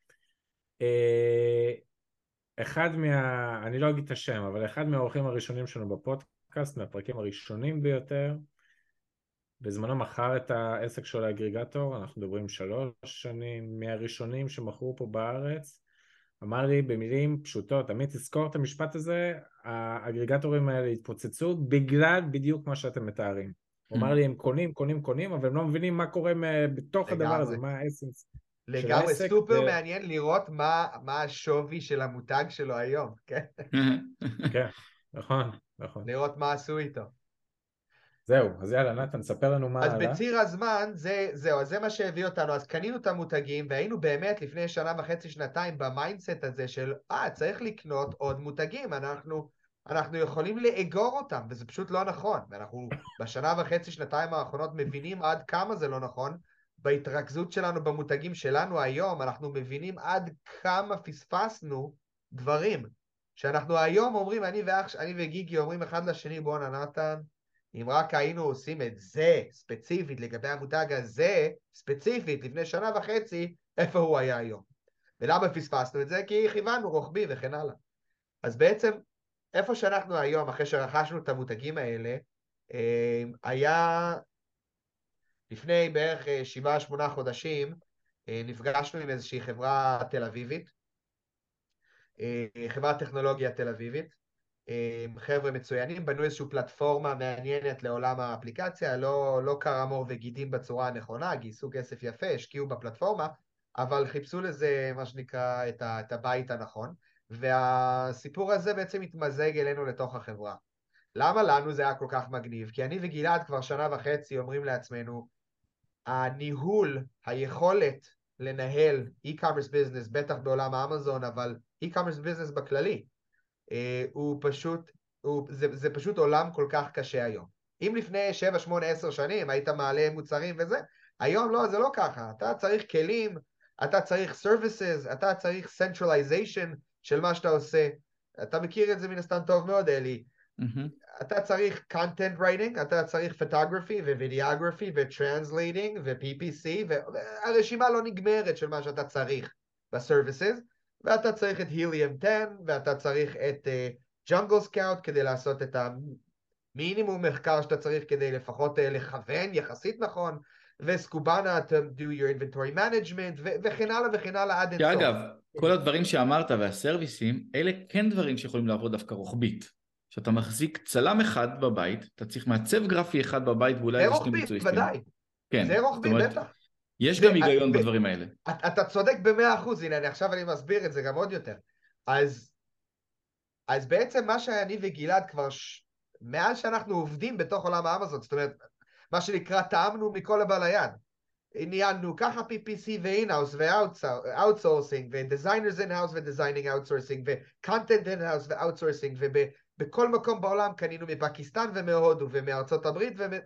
אחד מה, אני לא אגיד את השם, אבל אחד מהאורחים הראשונים שלנו בפודקאסט, מהפרקים הראשונים ביותר, בזמנו מכר את העסק של האגריגטור, אנחנו מדברים שלוש שנים, מהראשונים שמכרו פה בארץ, אמר לי במילים פשוטות, עמית תזכור את המשפט הזה, האגריגטורים האלה התפוצצו בגלל בדיוק מה שאתם מתארים. הוא אמר לי, הם קונים, קונים, קונים, אבל הם לא מבינים מה קורה בתוך הדבר הזה, מה האסנס. לגמרי סופר מעניין לראות מה השווי של המותג שלו היום, כן? כן, נכון, נכון. לראות מה עשו איתו. זהו, אז יאללה, נתן, ספר לנו מה אז הלאה. בציר הזמן, זה, זהו, זה מה שהביא אותנו, אז קנינו את המותגים, והיינו באמת לפני שנה וחצי, שנתיים, במיינדסט הזה של, אה, צריך לקנות עוד מותגים, אנחנו, אנחנו יכולים לאגור אותם, וזה פשוט לא נכון, ואנחנו בשנה וחצי, שנתיים האחרונות מבינים עד כמה זה לא נכון, בהתרכזות שלנו במותגים שלנו היום, אנחנו מבינים עד כמה פספסנו דברים, שאנחנו היום אומרים, אני, ואח, אני וגיגי אומרים אחד לשני, בוא נתן, אם רק היינו עושים את זה ספציפית לגבי המותג הזה ספציפית לפני שנה וחצי, איפה הוא היה היום? ולמה פספסנו את זה? כי כיוונו רוחבי וכן הלאה. אז בעצם איפה שאנחנו היום, אחרי שרכשנו את המותגים האלה, היה לפני בערך שבעה שמונה חודשים, נפגשנו עם איזושהי חברה תל אביבית, חברת טכנולוגיה תל אביבית, חבר'ה מצוינים, בנו איזושהי פלטפורמה מעניינת לעולם האפליקציה, לא, לא קרמור וגידים בצורה הנכונה, גייסו כסף יפה, השקיעו בפלטפורמה, אבל חיפשו לזה מה שנקרא את, ה, את הבית הנכון, והסיפור הזה בעצם התמזג אלינו לתוך החברה. למה לנו זה היה כל כך מגניב? כי אני וגלעד כבר שנה וחצי אומרים לעצמנו, הניהול, היכולת לנהל e-commerce business, בטח בעולם האמזון, אבל e-commerce business בכללי, הוא פשוט, הוא, זה, זה פשוט עולם כל כך קשה היום. אם לפני שבע, שמונה, עשר שנים היית מעלה מוצרים וזה, היום לא, זה לא ככה. אתה צריך כלים, אתה צריך services, אתה צריך centralization של מה שאתה עושה. אתה מכיר את זה מן הסתם טוב מאוד, אלי. Mm-hmm. אתה צריך content writing, אתה צריך photography ו-videography ו-translating ו-פי פי סי, והרשימה לא נגמרת של מה שאתה צריך ב-services, ואתה צריך את Helium עשר, ואתה צריך את uh, Jungle Scout כדי לעשות את המינימום מחקר שאתה צריך כדי לפחות uh, לכוון יחסית נכון, וסקובנה to do your inventory management, ו- וכן הלאה וכן הלאה עד אינסוף. שאגב, כל הדברים שאמרת והסרוויסים, אלה כן דברים שיכולים לעבוד דווקא רוחבית. שאתה מחזיק צלם אחד בבית, אתה צריך מעצב גרפי אחד בבית, ואולי זה רוחבית, ודאי. כן, זה רוחבית, בטח. יש גם היגיון בדברים האלה. אתה צודק במאה אחוז, הנה, אני עכשיו אני מסביר את זה גם עוד יותר. אז, אז בעצם מה שאני וגלעד כבר, ש... מאז שאנחנו עובדים בתוך עולם האמזון, זאת אומרת, מה שנקרא, טעמנו מכל הבא ליד. ניהלנו ככה פי פי סי ו-in-house ו-outsourcing, ו-designers in-house ו-designing outsourcing, ו-content in-house ו-outsourcing, ובכל מקום בעולם קנינו מפקיסטן ומהודו ומארצות הברית, ומ...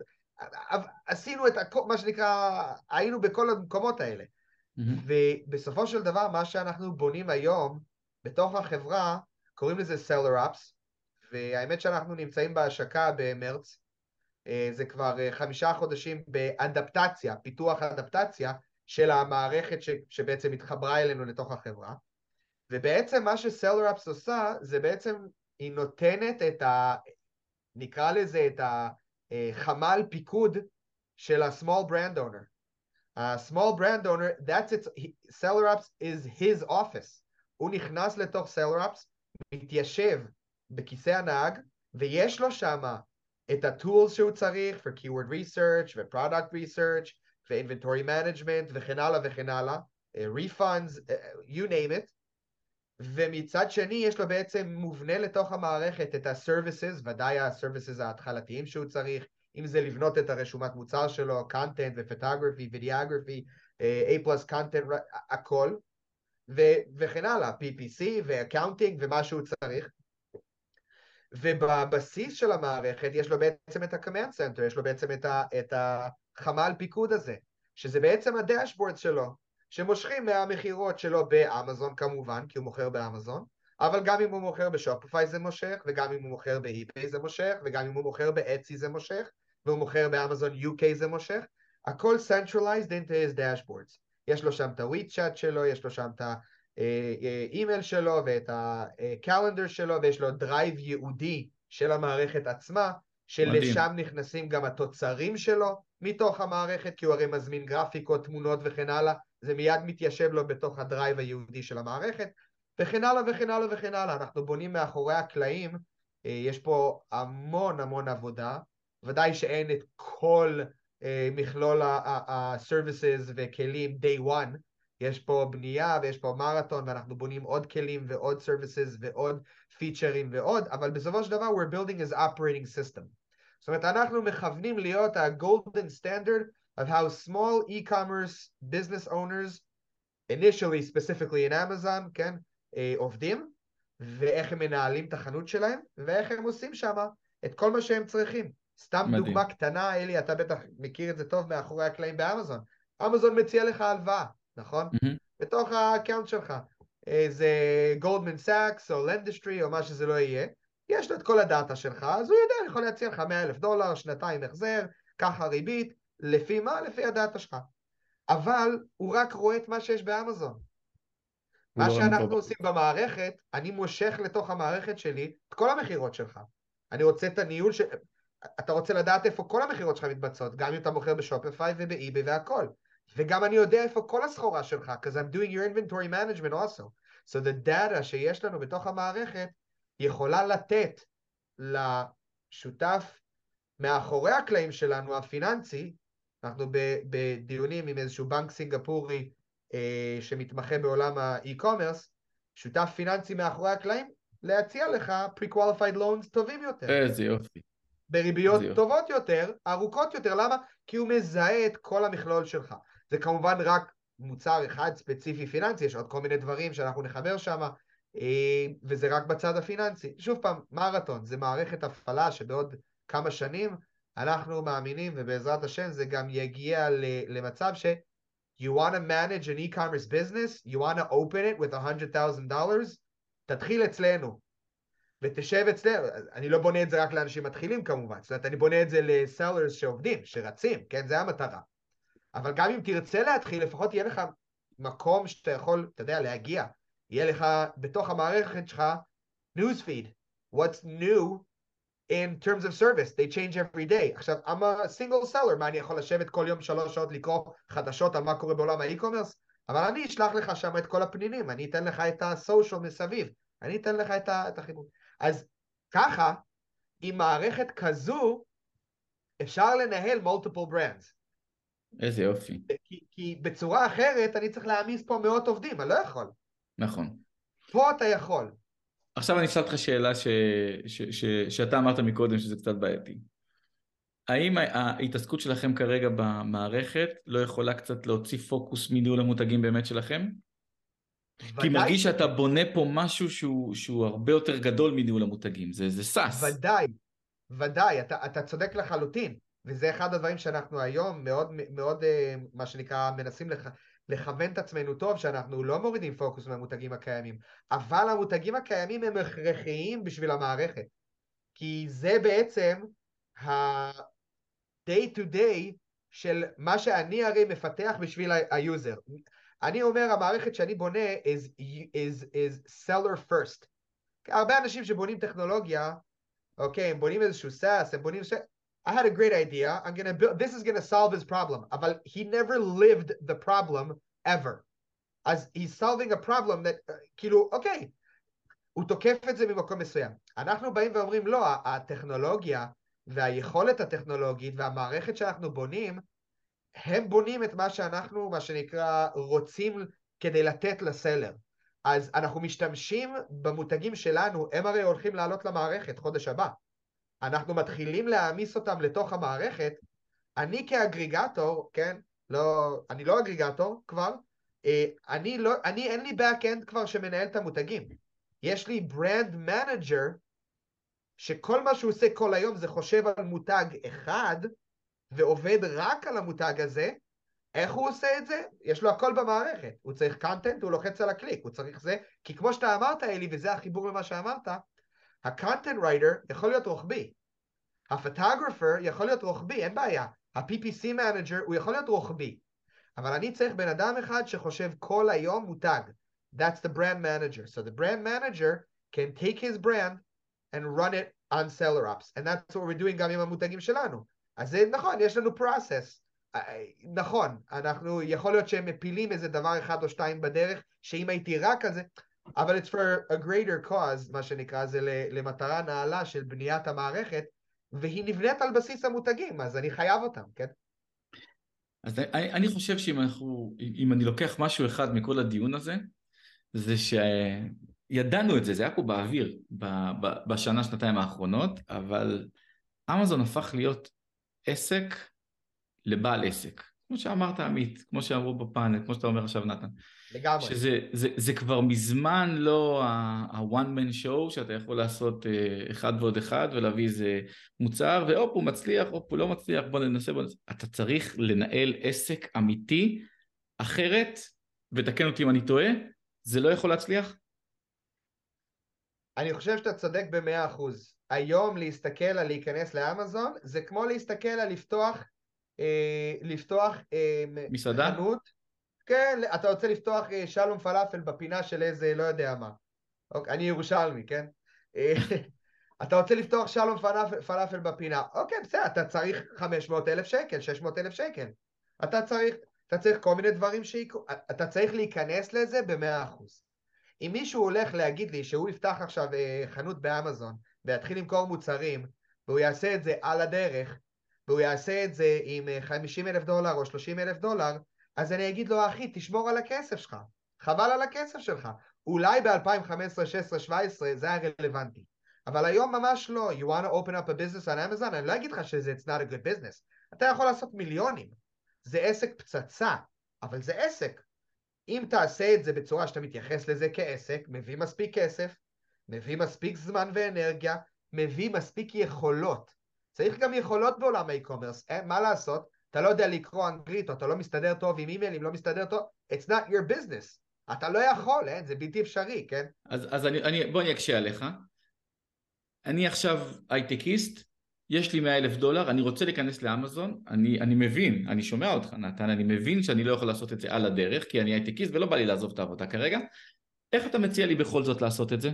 עשינו את מה שנקרא, היינו בכל המקומות האלה. Mm-hmm. ובסופו של דבר, מה שאנחנו בונים היום, בתוך החברה, קוראים לזה Seller Apps, והאמת שאנחנו נמצאים בהשקה במרץ, זה כבר חמישה חודשים באדפטציה, פיתוח אדפטציה, של המערכת ש, שבעצם התחברה אלינו לתוך החברה, ובעצם מה ש-Seller Apps עושה, זה בעצם, היא נותנת את ה... נקרא לזה את ה... חמ"ל פיקוד של ה-small brand owner. ה-small brand owner, that's it, Seller Apps is his office. הוא נכנס לתוך Seller Apps, מתיישב בכיסא הנהג, ויש לו שם את ה-tools שהוא צריך, for keyword research, ו-product research, ו-inventory management, וכן הלאה וכן הלאה, refunds, you name it, ומצד שני יש לו בעצם מובנה לתוך המערכת את ה-services, ודאי ה-services ההתחלתיים שהוא צריך, אם זה לבנות את הרשומת מוצר שלו, content ו-photography, videography, A plus content, הכל, ו- וכן הלאה, פי פי סי ו-accounting ומה שהוא צריך, ובבסיס של המערכת יש לו בעצם את ה-command center, יש לו בעצם את, ה- את החמ"ל פיקוד הזה, שזה בעצם הדשבורד שלו, שמושכים מהמחירות שלו באמזון כמובן, כי הוא מוכר באמזון, אבל גם אם הוא מוכר בשופיפיי זה מושך, וגם אם הוא מוכר באיביי זה מושך, וגם אם הוא מוכר באצי זה מושך, והוא מוכר באמזון יו קיי זה מושך, הכל centralized into his dashboards. יש לו שם את ה-WeChat שלו, יש לו שם את האימייל שלו, ואת ה-calendar שלו, ויש לו דרייב ייעודי של המערכת עצמה, שלשם נכנסים גם התוצרים שלו מתוך המערכת, כי הוא הרי מזמין גרפיקות, תמונות וכן הלאה, זה מיד מתיישב לו בתוך הדרייב היהודי של המערכת, וכן הלאה וכן הלאה וכן הלאה. אנחנו בונים מאחורי הקלעים, יש פה המון המון עבודה, ודאי שאין את כל מכלול ה-services וכלים day one, יש פה בנייה ויש פה מרתון, ואנחנו בונים עוד כלים ועוד services ועוד פיצ'רים ועוד, אבל בסופו של דבר we're building as operating system. זאת אומרת, אנחנו מכוונים להיות ה-golden standard of how small e-commerce business owners, initially, specifically in Amazon, כן, עובדים, ואיך הם מנהלים את החנות שלהם, ואיך הם עושים שם את כל מה שהם צריכים. סתם מדהים. דוגמה קטנה, אלי, אתה בטח מכיר את זה טוב מאחורי הקלעים באמזון. אמזון מציע לך הלוואה, נכון? Mm-hmm. בתוך האקאונט שלך. זה גולדמן סאקס או לנדסטרי או מה שזה לא יהיה. יש לו את כל הדאטה שלך, אז הוא יודע, יכול להציע לך מאה אלף דולר, שנתיים החזר, ככה ריבית, לפי מה? לפי הדאטה שלך. אבל הוא רק רואה את מה שיש באמזון. מה שאנחנו עושים במערכת, אני מושך לתוך המערכת שלי את כל המחירות שלך. אני רוצה את הניהול ש... אתה רוצה לדעת איפה כל המחירות שלך מתבצעות, גם אם אתה מוכר בשופיפיי ובאיביי והכל. וגם אני יודע איפה כל הסחורה שלך, because I'm doing your inventory management also. So the data שיש לנו בתוך המערכת, יכולה לתת לשותף מאחורי הקלעים שלנו, הפיננסי, אנחנו בדיונים עם איזשהו בנק סינגפורי, שמתמחה בעולם האי-קומרס, שותף פיננסי מאחורי הקלעים, להציע לך pre-qualified loans טובים יותר. איזה יופי. בריביות טובות יותר, ארוכות יותר. למה? כי הוא מזהה את כל המכלול שלך. זה כמובן רק מוצר אחד ספציפי פיננסי, יש עוד כל מיני דברים שאנחנו נחבר שם, וזה רק בצד הפיננסי. שוב פעם, מרתון, זה מערכת הפעלה שבעוד כמה שנים אנחנו מאמינים, ובעזרת השם זה גם יגיע למצב ש you want to manage an e-commerce business, you want to open it with one hundred thousand dollars, תתחיל אצלנו, ותשב אצלנו. אני לא בונה את זה רק לאנשים מתחילים כמובן, זאת אומרת, אני בונה את זה לסלרס שעובדים, שרצים, כן, זה המטרה. אבל גם אם תרצה להתחיל, לפחות יהיה לך מקום שאתה יכול, אתה יודע, להגיע. יהיה לך בתוך המערכת שלך, newsfeed, what's new in terms of service, they change every day. עכשיו, I'm a single seller, מה, אני יכול לשבת כל יום שלוש שעות לקרוא חדשות על מה קורה בעולם האי-קומרס? אבל אני אשלח לך שם את כל הפנינים, אני אתן לך את הסושיאל מסביב, אני אתן לך את, את החיבור. אז ככה, עם מערכת כזו, אפשר לנהל multiple brands. איזה יופי. כי, כי בצורה אחרת, אני צריך להעמיס פה מאות עובדים, אני לא יכול. נכון. פה אתה יכול. עכשיו אני אשאל אותך שאלה ש... ש... ש... שאתה אמרת מקודם שזה קצת בעייתי. האם ההתעסקות שלכם כרגע במערכת לא יכולה קצת להוציא פוקוס מניהול המותגים באמת שלכם? כי מרגיש שאתה בונה פה משהו שהוא, שהוא הרבה יותר גדול מניהול המותגים, זה, זה סס. ודאי, ודאי, אתה, אתה צודק לחלוטין, וזה אחד הדברים שאנחנו היום מאוד, מאוד, מה שנקרא, מנסים לח... לכוון את עצמנו טוב, שאנחנו לא מורידים פוקוס מהמותגים הקיימים, אבל המותגים הקיימים הם הכרחיים בשביל המערכת, כי זה בעצם ה-day to day של מה שאני הרי מפתח בשביל היוזר. אני אומר, המערכת שאני בונה is, is, is seller first. הרבה אנשים שבונים טכנולוגיה, אוקיי, הם בונים איזשהו סאס, הם בונים... I had a great idea, I'm gonna build, this is gonna solve his problem, אבל he never lived the problem ever. אז he's solving a problem that, uh, כאילו, אוקיי, הוא תוקף את זה ממקום מסוים. אנחנו באים ואומרים, לא, הטכנולוגיה והיכולת הטכנולוגית והמערכת שאנחנו בונים, הם בונים את מה שאנחנו, מה שנקרא, רוצים כדי לתת לסלר. אז אנחנו משתמשים במותגים שלנו, הם הרי הולכים לעלות למערכת חודש הבא. אנחנו מתחילים להעמיס אותם לתוך המערכת. אני כאגריגטור, כן, לא, אני לא אגריגטור כבר, אני לא, אני אין לי back-end כבר שמנהל את המותגים. יש לי brand manager, שכל מה שהוא עושה כל היום זה חושב על מותג אחד, ועובד רק על המותג הזה. איך הוא עושה את זה? יש לו הכל במערכת. הוא צריך content, הוא לוחץ על הקליק, הוא צריך זה, כי כמו שאתה אמרת, אלי, וזה החיבור למה שאמרת, ה-content writer יכול להיות רוחבי. ה-photographer יכול להיות רוחבי, אין בעיה. ה-פי פי סי manager הוא יכול להיות רוחבי. אבל אני צריך בן אדם אחד שחושב כל היום מותג. That's the brand manager. So the brand manager can take his brand and run it on seller ops. And that's what we're doing גם עם המותגים שלנו. אז זה נכון, יש לנו process. נכון, אנחנו, יכול להיות שהם מפילים איזה דבר אחד או שתיים בדרך, שאם הייתי רק על זה, אבל it's for a greater cause, מה שנקרא, זה למטרה נעלה של בניית המערכת, והיא נבנית על בסיס המותגים, אז אני חייב אותם, כן? אז אני, אני חושב שאם אנחנו, אם אני לוקח משהו אחד מכל הדיון הזה, זה שידענו את זה, זה היה פה באוויר, ב, ב, בשנה, שנתיים האחרונות, אבל אמזון הפך להיות עסק לבעל עסק. כמו שאמרת עמית, כמו שאמרו בפאנל, כמו שאתה אומר עכשיו נתן. לגמרי. שזה זה, זה כבר מזמן לא ה-one man show, שאתה יכול לעשות אחד ועוד אחד, ולהביא איזה מוצר, ואופ, הוא מצליח, אופ, הוא לא מצליח, בוא ננסה, בוא ננסה. אתה צריך לנהל עסק אמיתי, אחרת, ותקן אותי אם אני טועה, זה לא יכול להצליח? אני חושב שאתה צודק במאה אחוז. היום להסתכל על להיכנס לאמזון, זה כמו להסתכל על לפתוח, אה, לפתוח אה, מסעדה? חנות. כן, אתה רוצה לפתוח אה, שלום פלאפל בפינה של איזה, לא יודע מה. אוקיי, אני ירושלמי, כן? אתה רוצה לפתוח שלום פלאפל, פלאפל בפינה. אוקיי, בסדר, אתה צריך חמש מאות אלף שקל, שש מאות אלף שקל. אתה צריך, אתה צריך כל מיני דברים שיקרו. אתה צריך להיכנס לזה במאה אחוז. אם מישהו הולך להגיד לי שהוא יפתח עכשיו אה, חנות באמזון, ויתחיל למכור מוצרים, והוא יעשה את זה על הדרך, והוא יעשה את זה עם חמישים אלף דולר או שלושים אלף דולר, אז אני אגיד לו, אחי, תשמור על הכסף שלך. חבל על הכסף שלך. אולי ב-אלפיים וחמש עשרה, שש עשרה, שבע עשרה זה היה רלוונטי. אבל היום ממש לא. You want to open up a business on Amazon? אני לא אגיד לך שזה it's not a good business. אתה יכול לעשות מיליונים. זה עסק פצצה, אבל זה עסק. אם תעשה את זה בצורה שאתה מתייחס לזה כעסק, מביא מספיק כסף, מביא מספיק זמן ואנרגיה, מביא מספיק יכולות. צריך גם יכולות בעולם האי-קומרס. אה, מה לעשות? אתה לא יודע לקרוא אנגלית, או אתה לא מסתדר טוב עם אימיילים, לא מסתדר טוב, it's not your business. אתה לא יכול, אה? זה בלתי אפשרי, כן? אז, אז אני, אני, בוא אני אקשה עליך. אני עכשיו הייטקיסט, יש לי מאה אלף דולר, אני רוצה להיכנס לאמזון, אני, אני מבין, אני שומע אותך נתן, אני מבין שאני לא יכול לעשות את זה על הדרך, כי אני הייטקיסט ולא בא לי לעזוב את העבודה כרגע. איך אתה מציע לי בכל זאת לעשות את זה?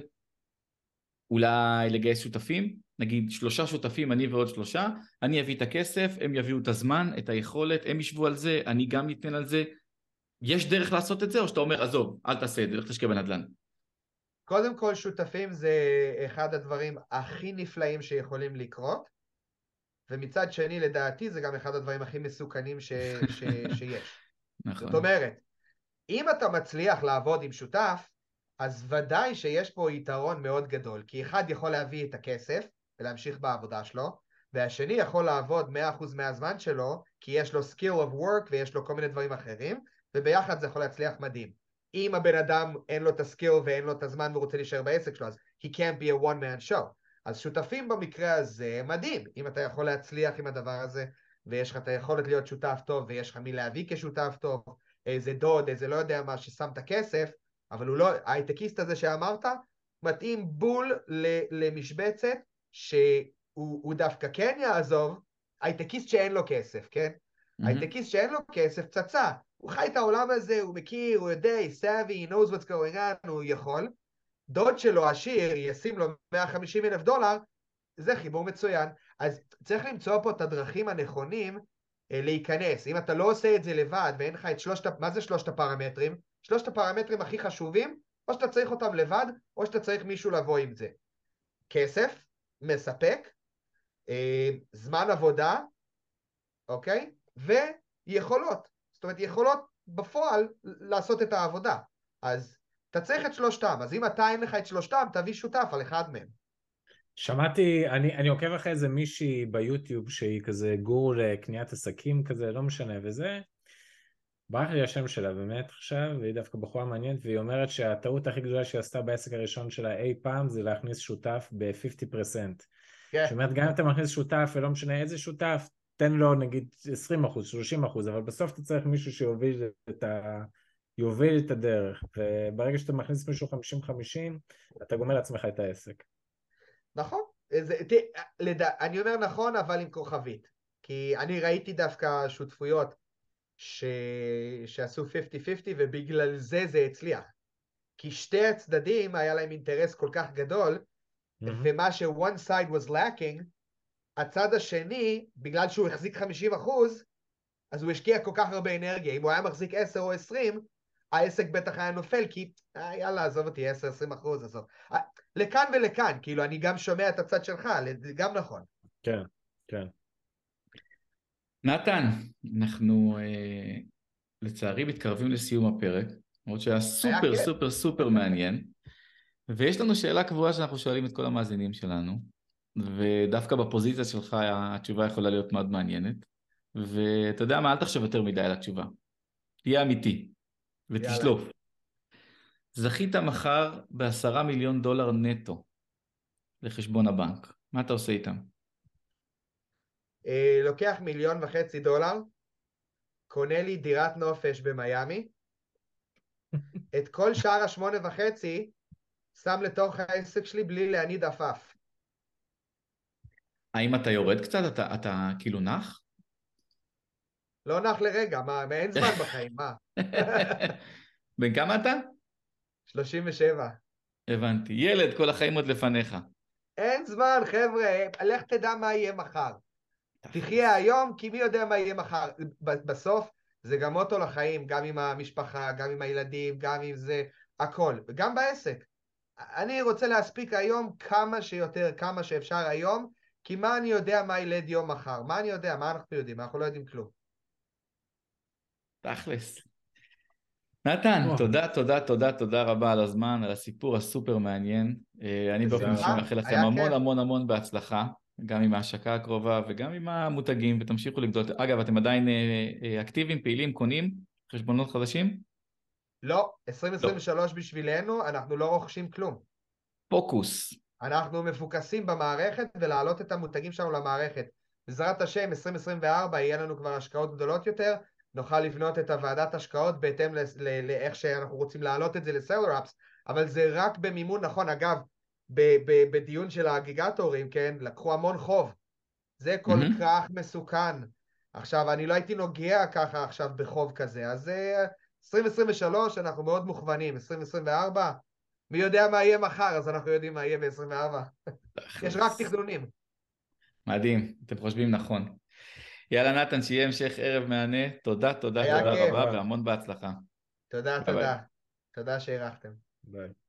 אולי לגייס שותפים? נגיד שלושה שותפים, אני ועוד שלושה, אני אביא את הכסף, הם יביאו את הזמן, את היכולת, הם ישבו על זה, אני גם ניתן על זה. יש דרך לעשות את זה, או שאתה אומר, עזוב, אל תעשה את זה, לך תשקיע בנדל"ן? קודם כל, שותפים זה אחד הדברים הכי נפלאים שיכולים לקרות, ומצד שני, לדעתי, זה גם אחד הדברים הכי מסוכנים ש... ש... שיש. נכון. זאת אומרת, אם אתה מצליח לעבוד עם שותף, אז ודאי שיש פה יתרון מאוד גדול, כי אחד יכול להביא את הכסף ולהמשיך בעבודה שלו, והשני יכול לעבוד מאה אחוז מהזמן שלו, כי יש לו skill of work ויש לו כל מיני דברים אחרים, וביחד זה יכול להצליח מדהים. אם הבן אדם אין לו את הסקיל ואין לו את הזמן ורוצה להישאר בעסק שלו, אז he can't be a one man show. אז שותפים במקרה הזה מדהים, אם אתה יכול להצליח עם הדבר הזה, ויש לך את היכולת להיות שותף טוב, ויש לך מי להביא כשותף טוב, איזה דוד, איזה לא יודע מה, ששם את הכסף, אבל הוא לא, ההייטקיסט הזה שאמרת, מתאים בול למשבצת, שהוא דווקא כן יעזוב, הייטקיסט שאין לו כסף, כן? Mm-hmm. הייטקיסט שאין לו כסף, פצצה, הוא חי את העולם הזה, הוא מכיר, הוא יודע, he savvy, he knows what's going on, הוא יכול, דוד שלו עשיר, ישים לו מאה וחמישים אלף דולר, זה חיבור מצוין, אז צריך למצוא פה את הדרכים הנכונים, להיכנס. אם אתה לא עושה את זה לבד, ואין לך את שלושת, מה זה שלושת הפרמטרים? שלושת הפרמטרים הכי חשובים, או שאתה צריך אותם לבד, או שאתה צריך מישהו לבוא עם זה. כסף, מספק, זמן עבודה, אוקיי? ויכולות. זאת אומרת, יכולות בפועל לעשות את העבודה. אז אתה צריך את שלושתם. אז אם אתה אין לך את שלושתם, תביא שותף על אחד מהם. שמעתי, אני, אני עוקב אחרי איזה מישהי ביוטיוב שהיא כזה גורו לקניית עסקים כזה, לא משנה, וזה, ברח לי השם שלה באמת עכשיו, והיא דווקא בחורה מעניינת, והיא אומרת שהטעות הכי גדולה שהיא עשתה בעסק הראשון שלה אי פעם, זה להכניס שותף ב-חמישים אחוז. כן. זאת אומרת, גם אם אתה מכניס שותף, ולא משנה איזה שותף, תן לו נגיד עשרים אחוז, שלושים אחוז, אבל בסוף אתה צריך מישהו שיוביל את ה... יוביל את הדרך, וברגע שאתה מכניס מישהו חמישים חמישים, אתה גומר לעצמך את העסק. נכון, זה, ת, לד... אני אומר נכון, אבל עם כוכבית, כי אני ראיתי דווקא שותפויות ש... שעשו חמישים חמישים, ובגלל זה זה הצליח, כי שתי הצדדים היה להם אינטרס כל כך גדול, mm-hmm. ומה ש- one side was lacking, הצד השני, בגלל שהוא החזיק חמישים אחוז, אז הוא השקיע כל כך הרבה אנרגיה, אם הוא היה מחזיק עשר או עשרים, העסק בטח היה נופל, כי אה, יאללה, עזוב אותי, עשר עשרים אחוז, עזוב. אה, לכאן ולכאן, כאילו, אני גם שומע את הצד שלך, גם נכון. כן, כן. נתן, אנחנו אה, לצערי מתקרבים לסיום הפרק, למרות שהיה סופר היה סופר סופר מעניין, ויש לנו שאלה קבועה שאנחנו שואלים את כל המאזינים שלנו, ודווקא בפוזיציה שלך התשובה יכולה להיות מאוד מעניינת, ואתה יודע מה, אל תחשב יותר מדי על התשובה. תהיה אמיתי, ותשלוף. יאללה. זכית מחר בעשרה מיליון דולר נטו לחשבון הבנק. מה אתה עושה איתם? אה, לוקח מיליון וחצי דולר, קונה לי דירת נופש במיימי, את כל שאר השמונה וחצי שם לתוך העסק שלי בלי להניד עפף. האם אתה יורד קצת? אתה, אתה כאילו נח? לא נח לרגע, מה, אין זמן בחיים, מה? בן כמה אתה? שלושים ושבע. הבנתי. ילד, כל החיים עוד לפניך. אין זמן, חבר'ה, לך תדע מה יהיה מחר. תחיה היום, כי מי יודע מה יהיה מחר. בסוף זה גם מוטו לחיים, גם עם המשפחה, גם עם הילדים, גם עם זה, הכל. וגם בעסק. אני רוצה להספיק היום כמה שיותר, כמה שאפשר היום, כי מה אני יודע מה ילד יום מחר? מה אני יודע? מה אנחנו יודעים? אנחנו לא יודעים כלום. תכלס. נתן, תודה, תודה, תודה, תודה רבה על הזמן, על הסיפור הסופר מעניין. אני באופן אישי מאחל לכם המון המון המון בהצלחה, גם עם ההשקה הקרובה וגם עם המותגים, ותמשיכו לגדול. אגב, אתם עדיין אקטיביים, פעילים, קונים חשבונות חדשים? לא, עשרים עשרים ושלוש בשבילנו, אנחנו לא רוכשים כלום. פוקוס. אנחנו מפוקסים במערכת ולהעלות את המותגים שלנו למערכת. בעזרת השם, עשרים עשרים וארבע יהיה לנו כבר השקעות גדולות יותר, נוכל לבנות את הוועדת השקעות בהתאם לאיך שאנחנו רוצים להעלות את זה לסלולראפס, אבל זה רק במימון נכון. אגב, בדיון של האגיגטורים, כן, לקחו המון חוב. זה כל mm-hmm. כך מסוכן. עכשיו, אני לא הייתי נוגע ככה עכשיו בחוב כזה, אז עשרים עשרים ושלוש אנחנו מאוד מוכוונים, עשרים עשרים וארבע, מי יודע מה יהיה מחר, אז אנחנו יודעים מה יהיה ב-עשרים וארבע. יש רק תכנונים. מדהים, אתם חושבים נכון. יאללה נתן, שיהיה המשך ערב מענה. תודה, תודה, תודה רבה, והמון בהצלחה. תודה, תודה. תודה שהערכתם. ביי.